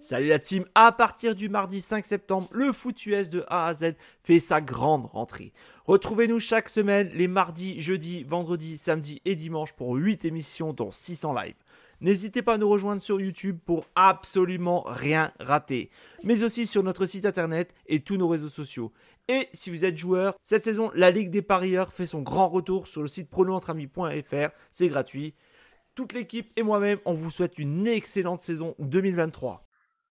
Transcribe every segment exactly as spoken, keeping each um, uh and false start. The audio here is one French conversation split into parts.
Salut la team, à partir du mardi cinq septembre, le foot U S de A à Z fait sa grande rentrée. Retrouvez-nous chaque semaine les mardis, jeudis, vendredis, samedis et dimanches pour huit émissions dont six en live. N'hésitez pas à nous rejoindre sur YouTube pour absolument rien rater, mais aussi sur notre site internet et tous nos réseaux sociaux. Et si vous êtes joueur, cette saison, la Ligue des parieurs fait son grand retour sur le site prono entre amis point f r, c'est gratuit. Toute l'équipe et moi-même, on vous souhaite une excellente saison deux mille vingt-trois.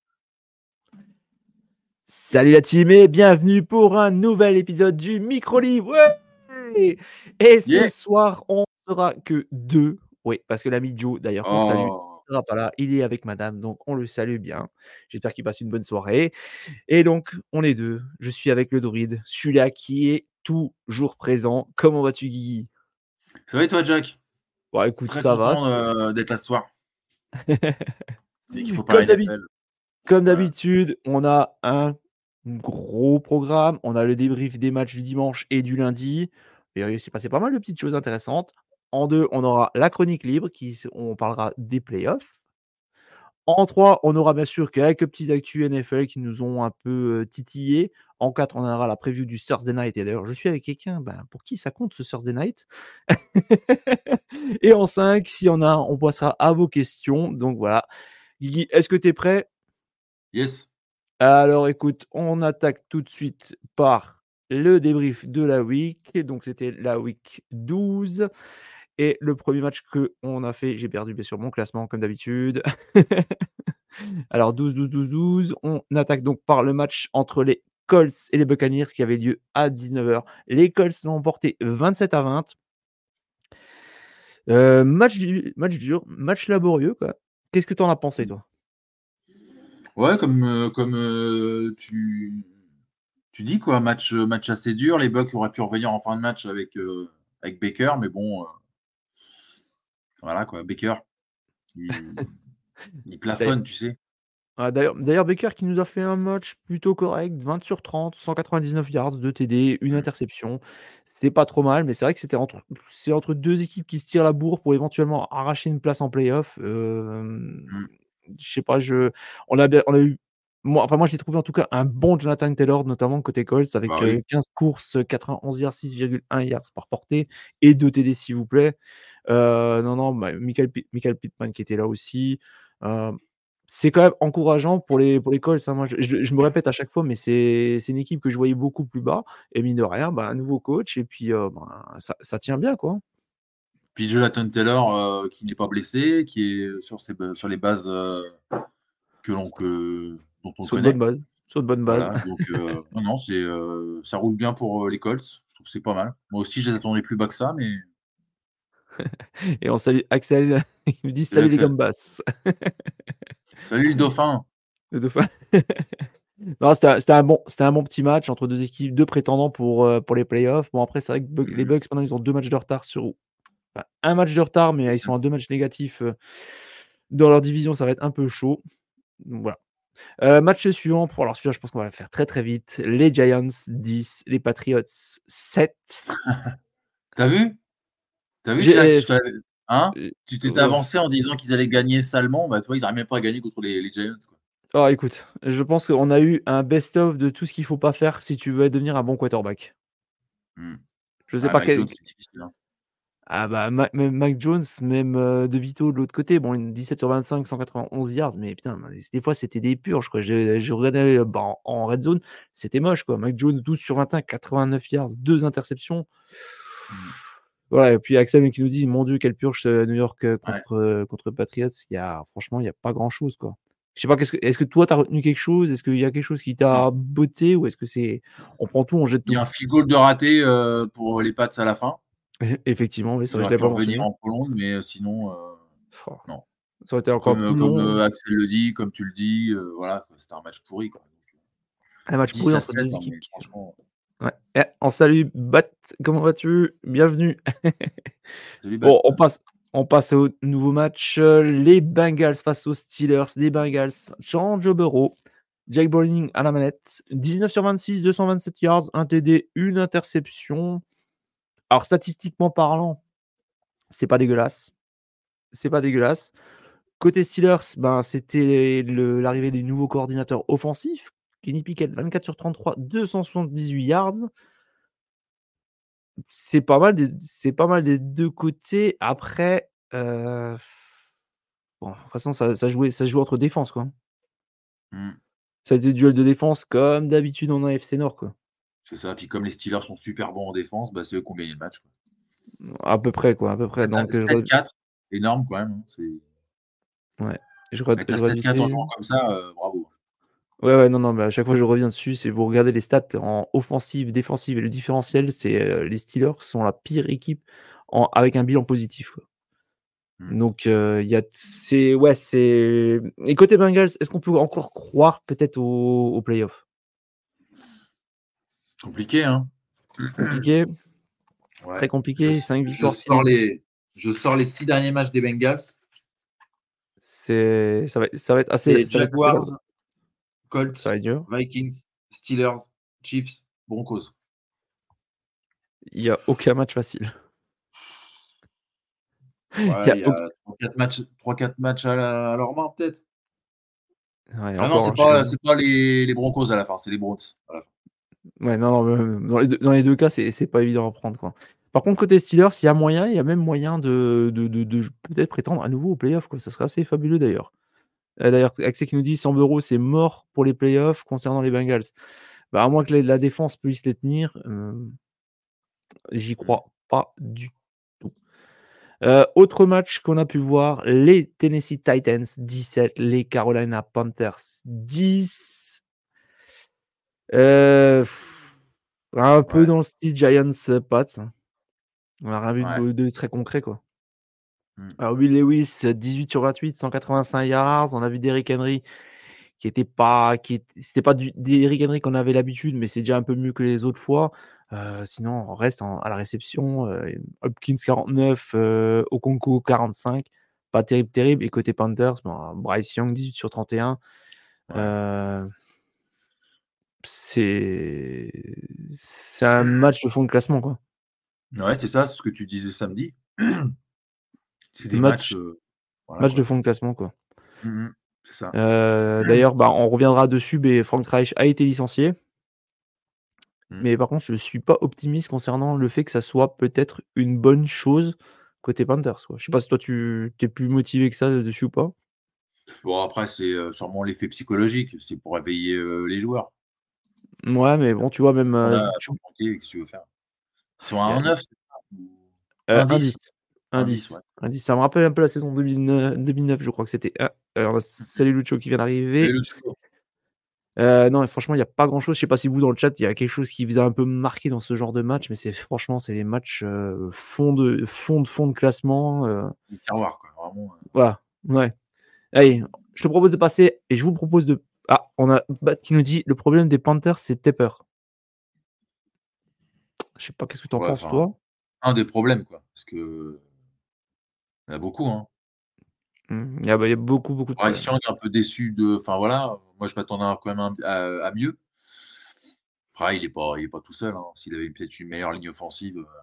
Salut la team et bienvenue pour un nouvel épisode du Micro Libre. Ouais, et ce Yeah. soir, on ne sera que deux. Oui, parce que l'ami Joe, d'ailleurs, qu'on salue, Oh. il ne sera pas là. Il est avec madame, donc on le salue bien. J'espère qu'il passe une bonne soirée. Et donc, on est deux. Je suis avec le druide, celui-là qui est toujours présent. Comment vas-tu, Guigui? Ça va et toi, Jack? Bon, écoute, Très ça va. content euh, d'être là ce soir. Dès qu'il faut Comme parler d'habitude. d'N F L. Comme Voilà. d'habitude, on a un gros programme. On a le débrief des matchs du dimanche et du lundi. Et il s'est passé pas mal de petites choses intéressantes. En deux, on aura la chronique libre, qui on parlera des playoffs. En trois, on aura bien sûr quelques petits actus N F L qui nous ont un peu euh, titillés. En quatre, on aura la preview du Thursday Night. Et d'ailleurs, je suis avec quelqu'un ben, pour qui ça compte ce Thursday Night. Et en cinq, si on a, on passera à vos questions. Donc voilà. Guigui, est-ce que tu es prêt? Yes. Alors écoute, on attaque tout de suite par le débrief de la week. Donc c'était la week douze. Et le premier match qu'on a fait, j'ai perdu bien sûr mon classement comme d'habitude. Alors douze, douze, douze, douze. On attaque donc par le match entre les Colts et les Buccaneers qui avait lieu à dix-neuf heures. Les Colts l'ont emporté vingt-sept à vingt. Euh, match, du, match dur, match laborieux quoi. Qu'est-ce que tu en as pensé toi? Ouais, comme, euh, comme euh, tu, tu dis, quoi, match, match assez dur. Les Bucks auraient pu revenir en fin de match avec, euh, avec Baker, mais bon, euh, voilà, quoi, Baker, il, il plafonne, tu sais. Ah, d'ailleurs, d'ailleurs, Baker qui nous a fait un match plutôt correct, vingt sur trente, cent quatre-vingt-dix-neuf yards, deux T D, une Mm. interception. C'est pas trop mal, mais c'est vrai que c'était entre, c'est entre deux équipes qui se tirent la bourre pour éventuellement arracher une place en playoff. Euh, Mm. je sais pas, je, on a, bien- on a eu, moi, enfin moi j'ai trouvé en tout cas un bon Jonathan Taylor, notamment côté Colts, avec Bah euh, oui. quinze courses, quatre-vingt-onze yards, six virgule un yards par portée et deux T D s'il vous plaît. Euh, non, non, bah, Michael, Pi- Michael Pittman qui était là aussi. Euh, c'est quand même encourageant pour les, pour les Colts, hein. Moi, je, je- je me répète à chaque fois, mais c'est, c'est une équipe que je voyais beaucoup plus bas. Et mine de rien, bah, un nouveau coach, et puis euh, bah, ça, ça tient bien, quoi. Puis Jonathan Taylor, euh, qui n'est pas blessé, qui est sur, ses, ba- sur les bases euh, que l'on, que, dont on le Sur de bonnes connaît. bases. Sur de bonnes bases. Voilà, donc euh, non, non, c'est, euh, ça roule bien pour euh, les Colts. Je trouve que c'est pas mal. Moi aussi, je les attendais plus bas que ça, mais Et on salue Axel, il me dit salut salut les Axel. gambas. Salut le dauphin. Les deux fois. Non, c'était un, c'était un bon, c'était un bon petit match entre deux équipes, deux prétendants pour, euh, pour les playoffs. Bon, après, c'est vrai que Bug- les Mhm. Bucks, maintenant, ils ont deux matchs de retard sur. Enfin, un match de retard, mais C'est euh, ils ça. sont à deux matchs négatifs euh, dans leur division. Ça va être un peu chaud. Donc, voilà. Euh, match suivant. Pour, alors, celui-là, je pense qu'on va le faire très très vite. Les Giants dix, les Patriots sept. T'as vu? T'as vu, Jack? J'ai. Je t'avais- Hein? euh, Tu t'étais euh, avancé en disant qu'ils allaient gagner salement. Bah, tu vois, ils n'arrivent même pas à gagner contre les, les Giants, quoi. oh, écoute, je pense qu'on a eu un best-of de tout ce qu'il faut pas faire si tu veux devenir un bon quarterback. Hmm. Je sais Ah, pas Mike quel, Jones, c'est difficile, hein. ah bah, Ma- même Mac Jones, même euh, De Vito de l'autre côté, bon, une dix-sept sur vingt-cinq, cent quatre-vingt-onze yards, mais putain, des fois c'était des purges, quoi. J'ai j'ai regardé euh, bah, en, en red zone, c'était moche, quoi. Mac Jones, douze sur vingt et un, quatre-vingt-neuf yards, deux interceptions. Hmm. Voilà, et puis Axel qui nous dit, mon Dieu, quelle purge euh, New York euh, Ouais. contre, euh, contre Patriots. Il y a, franchement, il n'y a pas grand-chose, quoi. Je sais pas, qu'est-ce que, est-ce que toi, tu as retenu quelque chose? Est-ce qu'il y a quelque chose qui Non. t'a botté ou est-ce que c'est, on prend tout, on jette Il y tout? a un field goal de raté euh, pour les Pats à la fin. Effectivement, oui, c'est Ils vrai, je auraient l'avais pu pas revenir mentionné. en prolonge, mais euh, sinon, euh, Oh, non. ça aurait été encore Comme, euh, plus comme long. euh, Axel le dit, comme tu le dis, euh, voilà, quoi, c'était un match pourri, quoi. Un match pourri dix à entre sept, deux non, équipes mais qui. franchement, Ouais. Eh, on salue Bat, comment vas-tu? Bienvenue. salut, Bat. Bon, on passe, on passe au nouveau match. Euh, Les Bengals face aux Steelers. Les Bengals, Jean Joe Burrow, Jake Browning à la manette. dix-neuf sur vingt-six, deux cent vingt-sept yards, un T D, une interception. Alors, statistiquement parlant, c'est pas dégueulasse. C'est pas dégueulasse. Côté Steelers, ben, c'était le l'arrivée des nouveaux coordinateurs offensifs. Kenny Pickett, vingt-quatre sur trente-trois, deux cent soixante-dix-huit yards. C'est pas mal des c'est pas mal des deux côtés. Après, heu, bon, de toute façon, ça ça jouait ça jouait entre défenses, quoi. Mmh. Ça a été duel de défense comme d'habitude en A F C Nord, quoi. C'est ça, puis comme les Steelers sont super bons en défense, bah, c'est eux qui ont gagné le match, quoi. À peu près, quoi, à peu près. Donc, heu, je sept re quatre, énorme quand même, hein, c'est ouais, je re être à je sept quatre en revisais jouant comme ça, heu, bravo. ouais, ouais, non, non, mais à chaque fois je reviens dessus, c'est vous regardez les stats en offensive, défensive et le différentiel, c'est, heu, les Steelers sont la pire équipe en avec un bilan positif, quoi. Mmh. Donc, heu, il y a c'est ouais, c'est et côté Bengals, est-ce qu'on peut encore croire peut-être aux aux playoffs? Compliqué, hein? Compliqué, Ouais. très Je compliqué, cinq je victoires, six sors défaites. les je sors les six derniers matchs des Bengals. C'est ça va ça va être assez C'est ça va être assez Jaguars, ça Colts, va être dur. Vikings, Steelers, Chiefs, Broncos. Il y a aucun match facile. Il y Ouais, a il y auc a trois quatre matchs trois quatre matchs à la à leur main peut-être? ouais, Ah non, encore, c'est hein, je pas c'est pas les les Broncos à la fin, c'est les Browns à la fin. ouais, non, non, mais dans les deux dans les deux cas, c'est c'est pas évident à prendre, quoi. Par contre, côté Steelers, il y a moyen il y a même moyen de de de de peut-être prétendre à nouveau aux playoffs, quoi. Ça serait assez fabuleux d'ailleurs. Heu, d'ailleurs, Axel qui nous dit: «cent euros c'est mort pour les playoffs concernant les Bengals». Bah, à moins que les la défense puisse les tenir, hem, j'y Mmh. crois pas du tout. Heu, autre match qu'on a pu voir, les Tennessee Titans dix-sept, les Carolina Panthers dix. Heu, un peu Ouais, dans le style Giants, Pats. On a rien vu de ouais. beau de très concret, quoi. Mmh. Alors Will Lewis, dix-huit sur vingt-huit, cent quatre-vingt-cinq yards. On a vu Derrick Henry qui était pas qui est c'était pas du Derrick Henry qu'on avait l'habitude, mais c'est déjà un peu mieux que les autres fois. Heu, sinon on reste en à la réception, heu, Hopkins quarante-neuf, heu, Okonkwo quarante-cinq. Pas terrible, terrible et côté Panthers, ben, Bryce Young dix-huit sur trente et un. Ouais. Heu, c'est c'est un match de fond de classement, quoi. Ouais, c'est ça, c'est ce que tu disais samedi. C'est des matchs, Match heu, voilà match de quoi. fond de classement, quoi. Mmh mh. C'est ça. Heu, d'ailleurs, bah, on reviendra dessus, mais Frank Reich a été licencié. Mmh. Mais par contre, je suis pas optimiste concernant le fait que ça soit peut-être une bonne chose côté Panthers, quoi. Je sais pas si toi tu tu es plus motivé que ça dessus ou pas? Bon après c'est, heu, sûrement l'effet psychologique, c'est pour réveiller, heu, les joueurs. Mouais, mais bon, tu vois même, Voilà, heu, tu tranquille, qu'est-ce que tu veux faire? Ils sont à il y a un neuf, c'est ça? Ou heu, un dix? un dix, un un dix, dix, ouais. un dix. Ça me rappelle un peu la saison deux mille neu deux mille neuf, je crois que c'était. Ah, alors Mmh mh. salut Lucho qui vient Et d'arriver. le Chico. Heu, non, franchement, il y a pas grand chose. Je sais pas si vous dans le chat, il y a quelque chose qui vous a un peu marqué dans ce genre de match, mais c'est franchement, c'est les matchs, heu, fond de fond de fond de classement, heu, Le terroir quoi, vraiment, heu voilà, ouais. Allez, je te propose de passer et je vous propose de ah, on a Bat qui nous dit: «Le problème des Panthers, c'est Tepper». Je sais pas, qu'est-ce que tu en ouais, penses enfin, toi? un des problèmes quoi, parce que il y en a beaucoup, hein. Mmh, il y a bah, il y a beaucoup, beaucoup de Bryce problèmes. Young un peu déçu de enfin voilà, moi je m'attendais à quand même un à à mieux. Après il est pas il est pas tout seul, hein. S'il avait peut-être une meilleure ligne offensive, heu,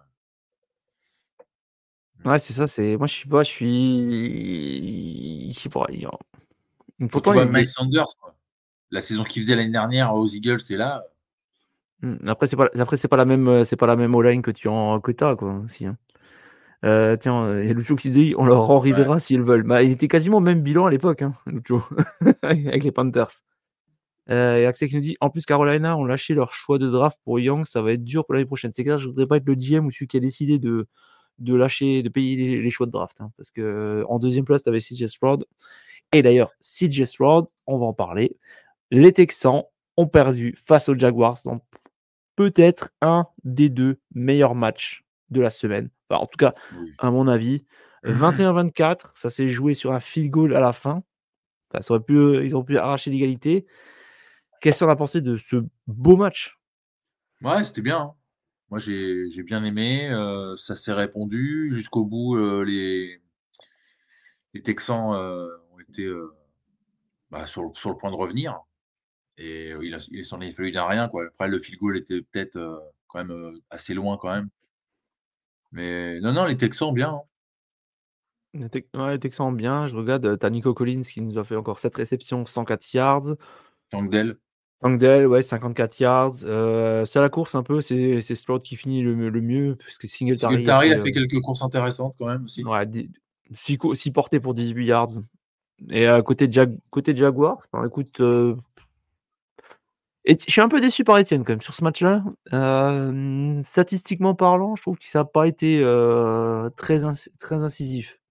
mmh. Ouais, c'est ça, c'est moi, je suis pas je suis je sais pas, il y a Quand tu pourtant vois il y a Miles Sanders quoi, la saison qu'il faisait l'année dernière aux Eagles et là, mmh, après c'est pas après c'est pas la même, heu, c'est pas la même O-line que tu en que tu as quoi, aussi, hein. Heu, tiens, heu, il y a Lucho qui dit: «On leur rend ouais, Rivera s'ils veulent». Bah, il était quasiment au même bilan à l'époque, hein, Lucho, avec les Panthers. Heu, et Axel qui nous dit: «En plus Carolina ont lâché leur choix de draft pour Young, ça va être dur pour l'année prochaine». C'est clair, je voudrais pas être le G M ou celui qui a décidé de de lâcher de payer les les choix de draft, hein, parce qu'en deuxième place, tu avais C J Stroud et d'ailleurs C J Stroud, on va en parler. Les Texans ont perdu face aux Jaguars dans peut-être un des deux meilleurs matchs de la semaine. Enfin, en tout cas, oui. à mon avis, vingt et un vingt-quatre, ça s'est joué sur un field goal à la fin. Enfin, ça aurait pu, heu, ils auraient pu arracher l'égalité. Qu'est-ce qu'on a pensé de ce beau match? Ouais, c'était bien, hein. Moi j'ai j'ai bien aimé, heu, ça s'est répondu jusqu'au bout, heu, les les Texans, heu, ont été, heu, bah, sur le sur le point de revenir et heu, il a il s'en est fallu d'un rien, quoi. Après le field goal était peut-être, heu, quand même, heu, assez loin quand même. Mais non, non, les Texans bien, hein. Les, Tex- ouais, les Texans bien. Je regarde, euh, t'as Nico Collins qui nous a fait encore sept réceptions, cent quatre yards. Tankdale. Tankdale, ouais, cinquante-quatre yards. Euh, c'est à la course un peu, c'est, c'est Stroud qui finit le, le mieux, puisque Singletary a Singletary fait, a euh, fait quelques courses intéressantes quand même aussi. ouais, six portées pour dix-huit yards. Et à côté de, Jag- côté de Jaguars, bah, écoute, euh, et je suis un peu déçu par Etienne quand même sur ce match-là. Euh, statistiquement parlant, je trouve que ça n'a pas été euh, très, inc- très incisif.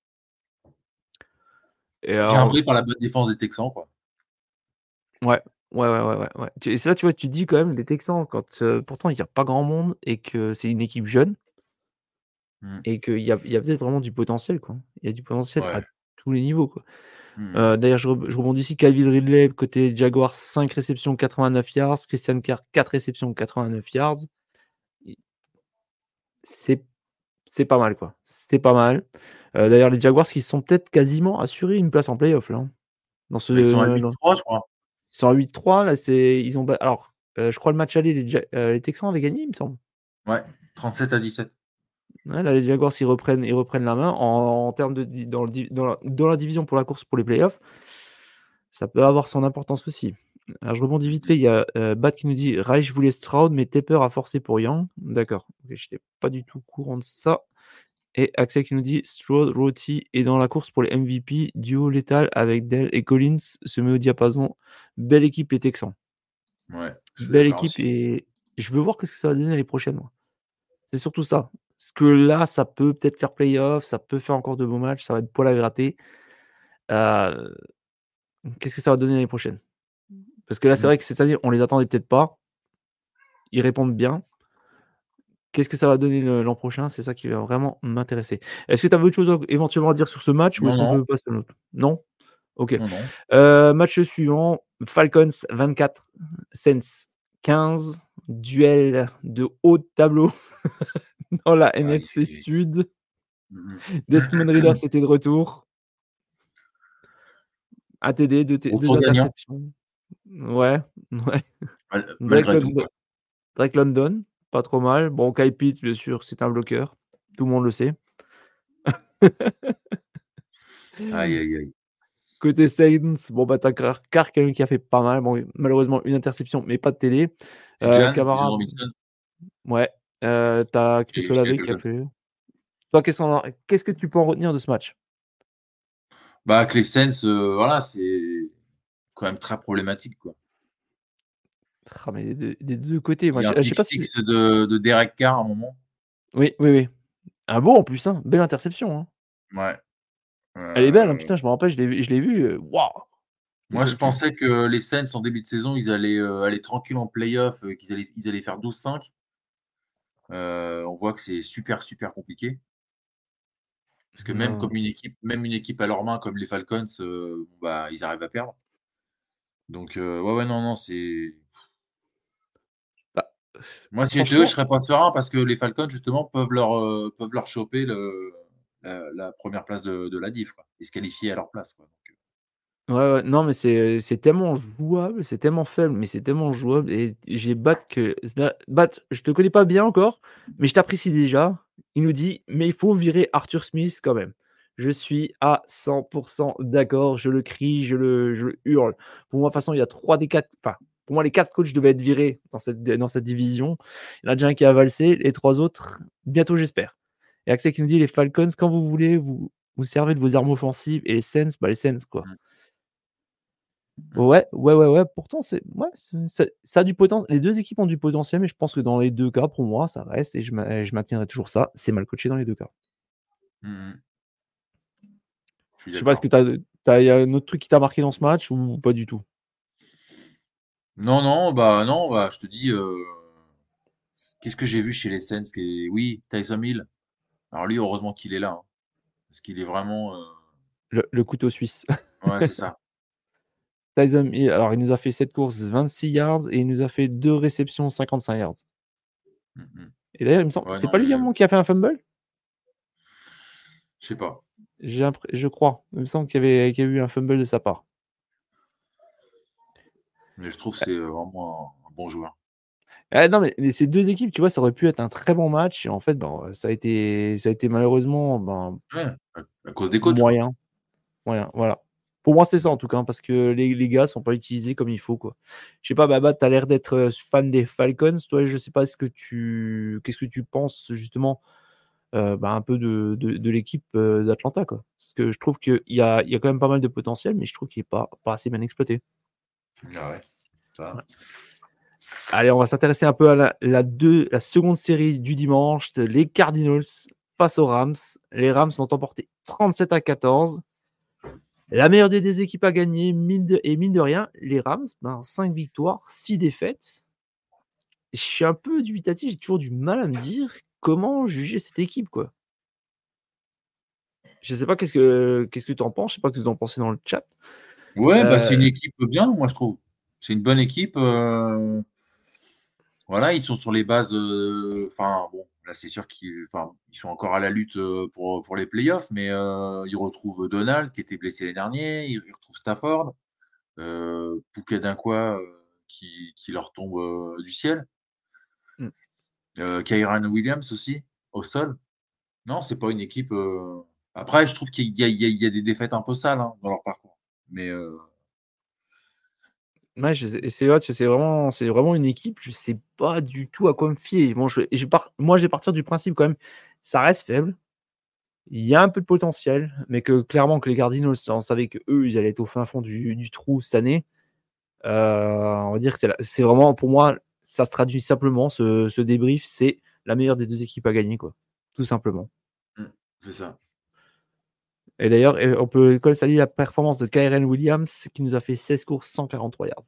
Et Bien alors, pris par la bonne défense des Texans, quoi. ouais, ouais, ouais, ouais, ouais, ouais. Tu- Et c'est là, tu vois, tu dis quand même les Texans, quand euh, pourtant il n'y a pas grand monde et que c'est une équipe jeune Mm. et qu'il y a, il y a peut-être vraiment du potentiel, quoi. Il y a du potentiel Ouais. à tous les niveaux, quoi. Mm. Euh, d'ailleurs, je, re- je rebondis ici. Calvin Ridley, côté Jaguars, cinq réceptions, quatre-vingt-neuf yards. Christian Kirk, quatre réceptions, quatre-vingt-neuf yards. C'est, c'est pas mal, quoi. C'est pas mal. Euh, d'ailleurs, les Jaguars qui sont peut-être quasiment assurés une place en playoff, là, hein. Dans ce, Bah, ils sont à dans- huit trois, je crois. Ils sont à huit trois. Là, c'est, ils ont, ba- alors, euh, je crois le match aller, les, Ja- euh, les Texans avaient gagné, il me semble. Ouais, trente-sept à dix-sept. Ouais, là, les Jaguars, ils reprennent, ils reprennent la main en, en termes de di- dans, le di- dans la, dans la division pour la course pour les playoffs. Ça peut avoir son importance aussi. Alors, je rebondis vite fait. Il y a euh, Bat qui nous dit Reich voulait Stroud, mais Tepper a forcé pour Young. D'accord. Ok, je n'étais pas du tout au courant de ça. Et Axel qui nous dit Stroud, Roti est dans la course pour les M V P. Duo létal avec Dell et Collins se met au diapason. Belle équipe, les Texans. Ouais, je suis Belle d'accord équipe aussi. et je veux voir ce que ça va donner l'année prochaine, moi. C'est surtout ça. Parce que là, ça peut peut-être faire playoff, ça peut faire encore de beaux matchs, ça va être poil à gratter. Euh, Qu'est-ce que ça va donner l'année prochaine? Parce que là, c'est Mm. vrai que cette année, on les attendait peut-être pas. Ils répondent bien. Qu'est-ce que ça va donner le- l'an prochain? C'est ça qui va vraiment m'intéresser. Est-ce que tu avais autre chose à- éventuellement à dire sur ce match ou Non, est-ce qu'on non, peut passer à l'autre? Non? Ok. non, non. Euh, match suivant, Falcons vingt-quatre, Saints quinze, duel de haut de tableau dans la Aïe, N F C aïe, aïe. Sud. Mm, Desmond Ridder, c'était de retour. A T D, deux, t- deux Retour gagnant, interceptions. Ouais, ouais. mal- Drake malgré tout, London, quoi. Drake London, pas trop mal. Bon, Kyle Pitts, bien sûr, c'est un bloqueur. Tout le monde le sait. Aïe, aïe, aïe. Côté Saints, bon, bah, t'as Carr Carr quand même qui a fait pas mal. Bon, malheureusement, une interception, mais pas de T D. Euh, Bijan, Bijan Camara, Robinson, ouais. Euh, t'as Chris et Olave qui a quelques. fait. Toi, qu'est-ce, qu'on en- qu'est-ce que tu peux en retenir de ce match? Bah, que les Saints, euh, voilà, c'est quand même très problématique, quoi. Ah, mais des, deux des deux côtés, Il moi, y a je, un je sais pick pas si. six de, de Derek Carr à un moment. Oui, oui, oui. Un beau en plus, hein. Belle interception, hein. Ouais. Elle est belle, hein. Euh, Putain, je me rappelle, je l'ai, je l'ai vu. euh, Waouh! Moi, je pensais que les Saints, en début de saison, ils allaient euh, aller tranquille en playoff, euh, qu'ils allaient, ils allaient faire douze cinq. Euh, on voit que c'est super, super compliqué. Parce que même Non. comme une équipe, même une équipe à leurs mains comme les Falcons, euh, bah, ils arrivent à perdre. Donc, euh, ouais, ouais, non, non, c'est. Bah, Moi, si j'étais eux, je franchement, serais pas serein parce que les Falcons, justement, peuvent leur, euh, peuvent leur choper le, la, la première place de, de la diff, quoi, et se qualifier à leur place, quoi. Donc, ouais, ouais, non, mais c'est c'est tellement jouable, c'est tellement faible, mais c'est tellement jouable. Et j'ai Bat que. Bat, je te connais pas bien encore, mais je t'apprécie déjà. Il nous dit, mais il faut virer Arthur Smith quand même. Je suis à cent pour cent d'accord. Je le crie, je le, je le hurle. Pour moi, de toute façon, il y a trois des quatre. Enfin, pour moi, les quatre coachs devaient être virés dans cette, dans cette division. Il y en a déjà un qui a valsé, les trois autres, bientôt, j'espère. Et Axel qui nous dit, les Falcons, quand vous voulez, vous vous servez de vos armes offensives. Et les Saints, bah, les Saints, quoi. mm, mm. Ouais, ouais, ouais, ouais. Pourtant, c'est, ouais, c'est- c'est- ça a du potentiel. Les deux équipes ont du potentiel, mais je pense que dans les deux cas, pour moi, ça reste, et je, ma- je maintiendrai toujours ça, c'est mal coaché dans les deux cas. Mm, mm. Je suis Je sais pas, est-ce que d'accord. t'as, t'as, y a un autre truc qui t'a marqué dans ce match ou pas du tout? Non, non, bah non, bah je te dis, euh, qu'est-ce que j'ai vu chez les Saints qui est... Oui, Tyson Hill. Alors lui, heureusement qu'il est là, hein, parce qu'il est vraiment. euh, Le, le couteau suisse. Ouais, c'est ça. Tyson Hill, alors il nous a fait sept courses, vingt-six yards, et il nous a fait deux réceptions, cinquante-cinq yards. Mm, mm. Et d'ailleurs, il me semble, Ouais, c'est non, pas lui mais également qui a fait un fumble? je sais pas. J'ai l'impr- je crois. Il me semble qu'il y avait, qu'il y a eu un fumble de sa part. Mais je trouve que c'est euh, vraiment un, un bon joueur. Ah non, mais, mais ces deux équipes, tu vois, ça aurait pu être un très bon match. Et en fait, ben, ça a été, ça a été malheureusement ben, Ouais, à, à cause des coachs, quoi. moyen. moyen. Voilà. Pour moi, c'est ça Mm. en tout cas, hein, parce que les, les gars sont pas utilisés comme il faut, quoi. Je sais pas, Baba, tu as l'air d'être euh, fan des Falcons. Toi, je sais pas ce que tu, qu'est-ce que tu penses justement euh, ben, un peu de, de, de l'équipe euh, d'Atlanta, quoi. Parce que je trouve qu'il y a, il y a quand même pas mal de potentiel, mais je trouve qu'il est pas, pas assez bien exploité. Ah ouais, ça. Ouais. Allez, on va s'intéresser un peu à la, la, deux, la seconde série du dimanche, les Cardinals face aux Rams. Les Rams ont emporté trente-sept à quatorze. La meilleure des deux équipes a gagné, mine de, et mine de rien, les Rams, ben, cinq victoires, six défaites. Je suis un peu dubitatif, j'ai toujours du mal à me dire comment juger cette équipe, quoi. Je sais pas qu'est-ce que qu'est-ce que tu en penses, je sais pas ce que vous en pensez dans le chat. Ouais, bah, c'est une Euh, équipe bien, moi, je trouve. C'est une bonne équipe. euh, Voilà, ils sont sur les bases. euh, Enfin, bon, là, c'est sûr qu'ils enfin, ils sont encore à la lutte euh, pour, pour les playoffs, mais euh, ils retrouvent Donald, qui était blessé l'année dernière. Ils ils retrouvent Stafford. Euh, Puka Dinquois, euh, qui, qui leur tombe euh, du ciel. hmm. Euh, Kyren Williams aussi, au sol. Non, c'est pas une équipe. euh, Après, je trouve qu'il y a, il y a- il y a des défaites un peu sales hein, dans leur parcours. Mais euh, Ouais, je sais- c'est vrai, c'est vraiment, c'est vraiment une équipe, je sais pas du tout à quoi me fier. Bon, je, vais- je pars, moi, je vais partir du principe quand même, ça reste faible. Il y a un peu de potentiel, mais que clairement que les Cardinals, on savait que eux, ils allaient être au fin fond du, du trou cette année. Euh, on va dire que c'est, la- c'est vraiment, pour moi, ça se traduit simplement, ce, ce débrief, c'est la meilleure des deux équipes à gagner, quoi. Tout simplement. mm, c'est ça. Et d'ailleurs, euh, on peut quand même saluer la performance de Kyren Williams, qui nous a fait seize courses, cent quarante-trois yards.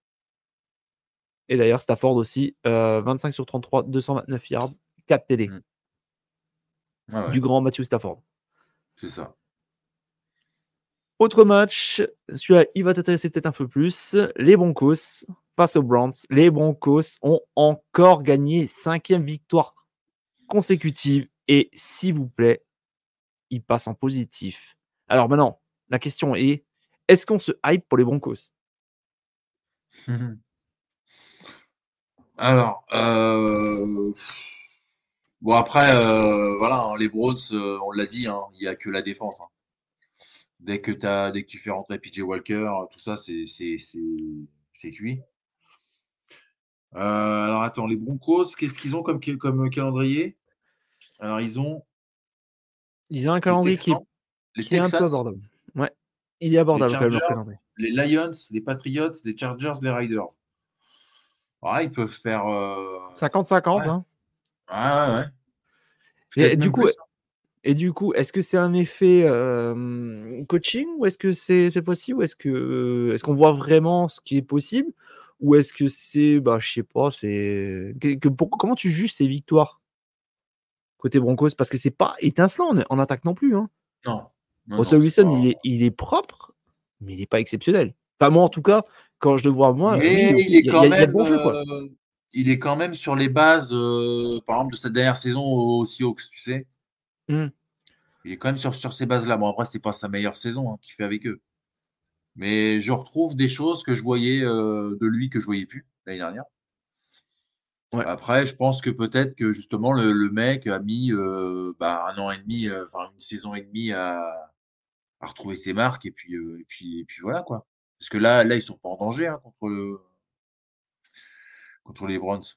Et d'ailleurs, Stafford aussi, euh, vingt-cinq sur trente-trois, deux cent vingt-neuf yards, quatre T D. Mm. Ouais, Du ouais, grand Matthew Stafford. c'est ça. Autre match, celui-là, il va t'intéresser peut-être un peu plus. Les Broncos face aux Browns. Les Broncos ont encore gagné cinquième victoire consécutive. Et s'il vous plaît, ils passent en positif. Alors maintenant, la question est, est-ce qu'on se hype pour les Broncos? Alors, euh, bon après, euh, voilà, hein, les Browns, euh, on l'a dit, hein, il y a que la défense. hein. Dès que t'as, dès que tu fais rentrer P J Walker, tout ça, c'est, c'est, c'est, c'est cuit. Euh, alors attends, les Broncos, qu'est-ce qu'ils ont comme, comme calendrier? Alors ils ont Ils ont un les calendrier qui est, Texans, les qui est un peu Texans, abordable. Ouais, il est les abordable quand même leur Chargers, calendrier. les Lions, les Patriots, les Chargers, les Riders. Ouais, ils peuvent faire. euh, cinquante cinquante, Ouais, hein. ouais, ouais, ouais. Et Peut-être du même coup, plus. hein. Et du coup, est-ce que c'est un effet euh, coaching ou est-ce que c'est cette fois-ci ou est-ce que euh, est-ce qu'on voit vraiment ce qui est possible ou est-ce que c'est bah je sais pas c'est que, que- pour- comment tu juges ces victoires côté Broncos parce que c'est pas étincelant en, en attaque non plus hein. Non, non, Russell non, c'est Wilson pas. il est il est propre mais il est pas exceptionnel. Enfin moi en tout cas quand je le vois moi Mais oui ok il il est y, a- quand il y a de même, bons jeux quoi. euh, il est quand même sur les bases, euh, par exemple, de cette dernière saison aux Seahawks, tu sais. Hmm. Il est quand même sur, sur ces bases-là. Bon, après, c'est pas sa meilleure saison hein, qu'il fait avec eux. Mais je retrouve des choses que je voyais euh, de lui que je voyais plus l'année dernière. Ouais. Après, je pense que peut-être que justement le, le mec a mis euh, bah, un an et demi, euh, enfin une saison et demie à, à retrouver ses marques et puis, euh, et puis et puis voilà quoi. Parce que là, là ils sont pas en danger hein, contre le- contre les Browns.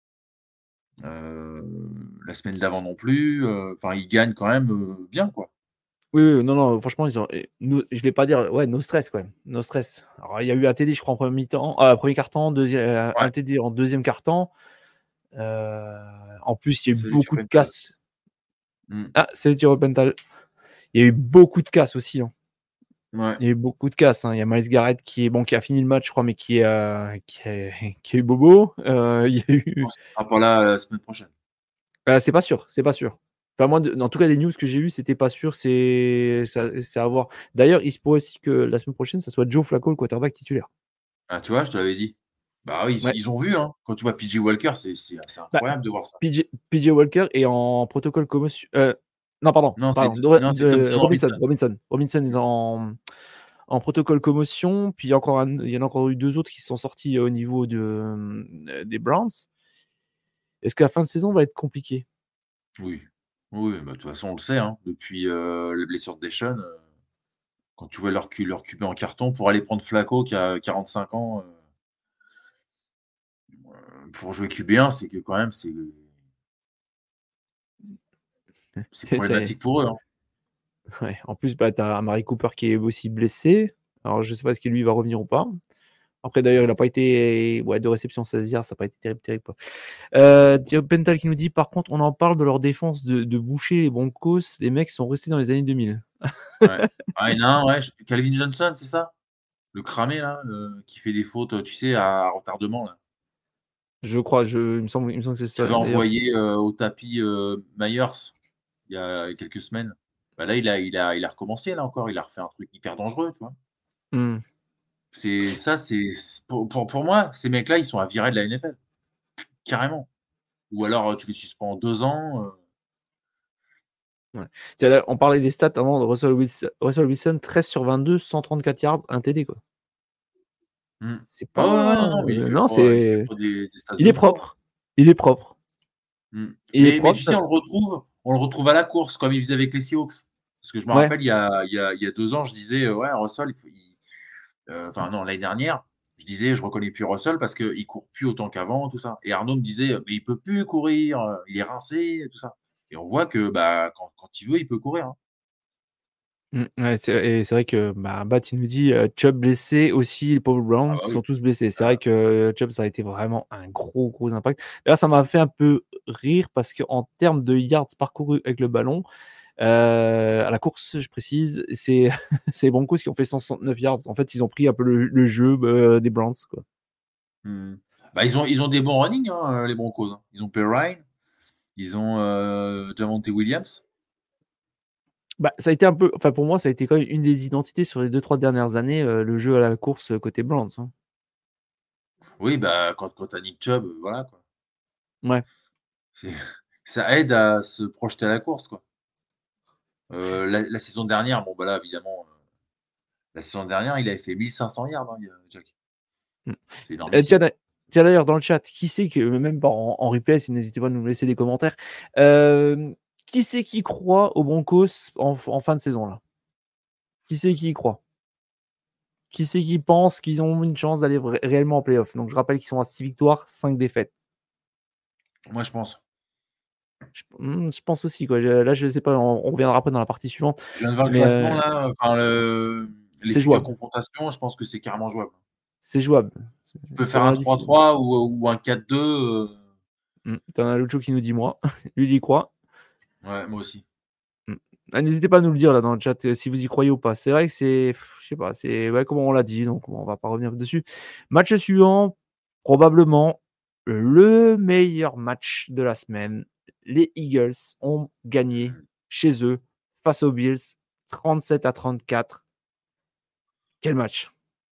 Euh, la semaine d'avant non plus. euh, Enfin, ils gagnent quand même euh, bien quoi. Oui, oui, non, non, franchement, ils ont, et nous, je vais pas dire, ouais, no stress, quand même, no stress. Alors, il y a eu un T D, je crois, en premier mi-temps, euh, premier quart-temps, deuxième, euh, Ouais, un T D en deuxième quart-temps. Euh, en plus, il y a eu salut beaucoup de Tupental. casses. Mm. Ah, c'est Tiro Pental. Il y a eu beaucoup de casses aussi. hein. Ouais. Il y a eu beaucoup de casses. hein. Il y a Miles Garrett qui est bon, qui a fini le match, je crois, mais qui, est, euh, qui, a, qui a eu bobo. Euh, il y a Non, eu. ça sera pas là la semaine prochaine. Euh, c'est pas sûr, c'est pas sûr. Enfin, moi, de- en tout cas, des news que j'ai eues, c'était pas sûr. C'est ça- c'est à voir. D'ailleurs, il se pourrait aussi que la semaine prochaine, ça soit Joe Flacco, le quarterback titulaire. Ah, tu vois, je te l'avais dit. Bah oui, ils, Ouais. ils ont vu, hein. Quand tu vois P J Walker, c'est c'est- c'est Bah, incroyable de voir ça. P J, P J Walker est en protocole commotion. euh, non, pardon, Non, c'est pardon. de- non, c'est de- Thompson Robinson, Robinson. Robinson. Robinson est en, en protocole commotion. Puis il y, a encore un- il y en a encore eu deux autres qui sont sortis au niveau de, euh, des Browns. est-ce que la fin de saison va être compliquée? Oui. Oui, bah, de toute façon, on le sait, hein, depuis, heu, les blessures de Deschamps, heu, quand tu vois leur Q leur Q B en carton pour aller prendre Flacco qui a quarante-cinq ans, heu heu, pour jouer Q B un, c'est que quand même c'est c'est C'était problématique pour eux, hein. ouais, en plus, bah, tu as Amari Cooper qui est aussi blessé. Alors je sais pas si lui va revenir ou pas. Après d'ailleurs, il a pas été ouais, deux réceptions, seize yards, ça a pas été terrible, terrible, quoi. Heu, Diop Pental qui nous dit: «Par contre, on en parle de leur défense de de boucher les Broncos, les mecs sont restés dans les années deux mille». Ouais. Ah, il y en a un, ouais, j Calvin Johnson, c'est ça? Le cramé là, le qui fait des fautes, tu sais, à retardement là? Je crois, je il me semble il me semble que c'est Qui ça. avait D'ailleurs envoyé, heu, au tapis, heu, Myers, il y a quelques semaines. Bah, là, il a il a il a recommencé là encore, il a refait un truc hyper dangereux, tu vois? mmh. C'est ça, c'est c pour pour pour moi, ces mecs-là, ils sont à virer de la N F L, carrément. Ou alors, heu, tu les suspends deux ans, heu Ouais. Tiens, là, on parlait des stats avant de Russell Wilson Russell Wilson, treize sur vingt-deux, cent trente-quatre yards, un T D, quoi. mmh. C'est Ah ouais, ouais, pas, non, non, mais il heu, fait non, pas il fait c'est pas des des stats il de est fou, hein. propre. Il est propre. Mmh. Il est Mais mais propre, tu sais, ça on le retrouve on le retrouve à la course comme il faisait avec les Seahawks. Parce que je me ouais. rappelle, il y a il y a il y a deux ans, je disais, heu: «Ouais, Russell, il faut il» heu, enfin non, l'année dernière, je disais: «Je reconnais plus Russell parce qu'il court plus autant qu'avant», tout ça. Et Arnaud me disait: «Mais il peut plus courir, heu, il est rincé», tout ça. Et on voit que, bah, quand quand il veut, il peut courir, hein. Mmh, ouais, c'est et c'est vrai que, bah, Bat, il nous dit, heu, Chubb blessé aussi, les pauvres Ah Browns bah sont oui. tous blessés. C'est Ah, vrai que Chubb, ça a été vraiment un gros, gros impact. D'ailleurs, ça m'a fait un peu rire parce qu'en termes de yards parcourus avec le ballon, heu, à la course, je précise, c'est c'est les Broncos qui ont fait cent soixante-neuf yards. En fait, ils ont pris un peu le le jeu, bah, des Browns, quoi. mmh. Bah, ils ont ils ont des bons running, hein, les Broncos, hein. Ils ont Perrine, ils ont, heu, Javonte Williams. Bah, ça a été un peu enfin, pour moi, ça a été quand même une des identités sur les deux trois dernières années, heu, le jeu à la course, heu, côté Browns, hein. Oui, bah, quand quand tu as Nick Chubb, heu, voilà quoi. Ouais. C'est ça aide à se projeter à la course, quoi. Heu, la la saison dernière, bon, bah, là, évidemment, heu, la saison dernière, il avait fait mille cinq cents yards, hein, il, heu, Jack. Mmh. C'est Heu, tiens énormissime. d'a tiens d'ailleurs dans le chat, qui c'est que même pas en en replay, si n'hésitez pas à nous laisser des commentaires. Hem, qui c'est qui croit aux Broncos en f en fin de saison là? Qui c'est qui y croit? Qui c'est qui pense qu'ils ont une chance d'aller vrai réellement en playoff? Donc je rappelle qu'ils sont à six victoires, cinq défaites. Moi, je pense. Je mmh, je pense aussi quoi, je là je sais pas, on on reviendra après dans la partie suivante, Je viens de voir le mais classement heu, là, enfin le les c'est futures jouable, confrontations, je pense que c'est carrément jouable. c'est jouable. C'est Tu peux comme faire on un a dit, c'est trois trois ou ou un quatre deux, heu, mmh, tu en as Lucho qui nous dit: «Moi». Lui, il y croit. ouais, moi aussi. Mmh. Ah, n'hésitez pas à nous le dire là dans le chat, heu, si vous y croyez ou pas. C'est vrai que c'est pff, je sais pas, c'est ouais, comme on l'a dit, donc on va pas revenir dessus. Match suivant, probablement le meilleur match de la semaine. Les Eagles ont gagné Mmh. chez eux face aux Bills trente-sept à trente-quatre. Quel match!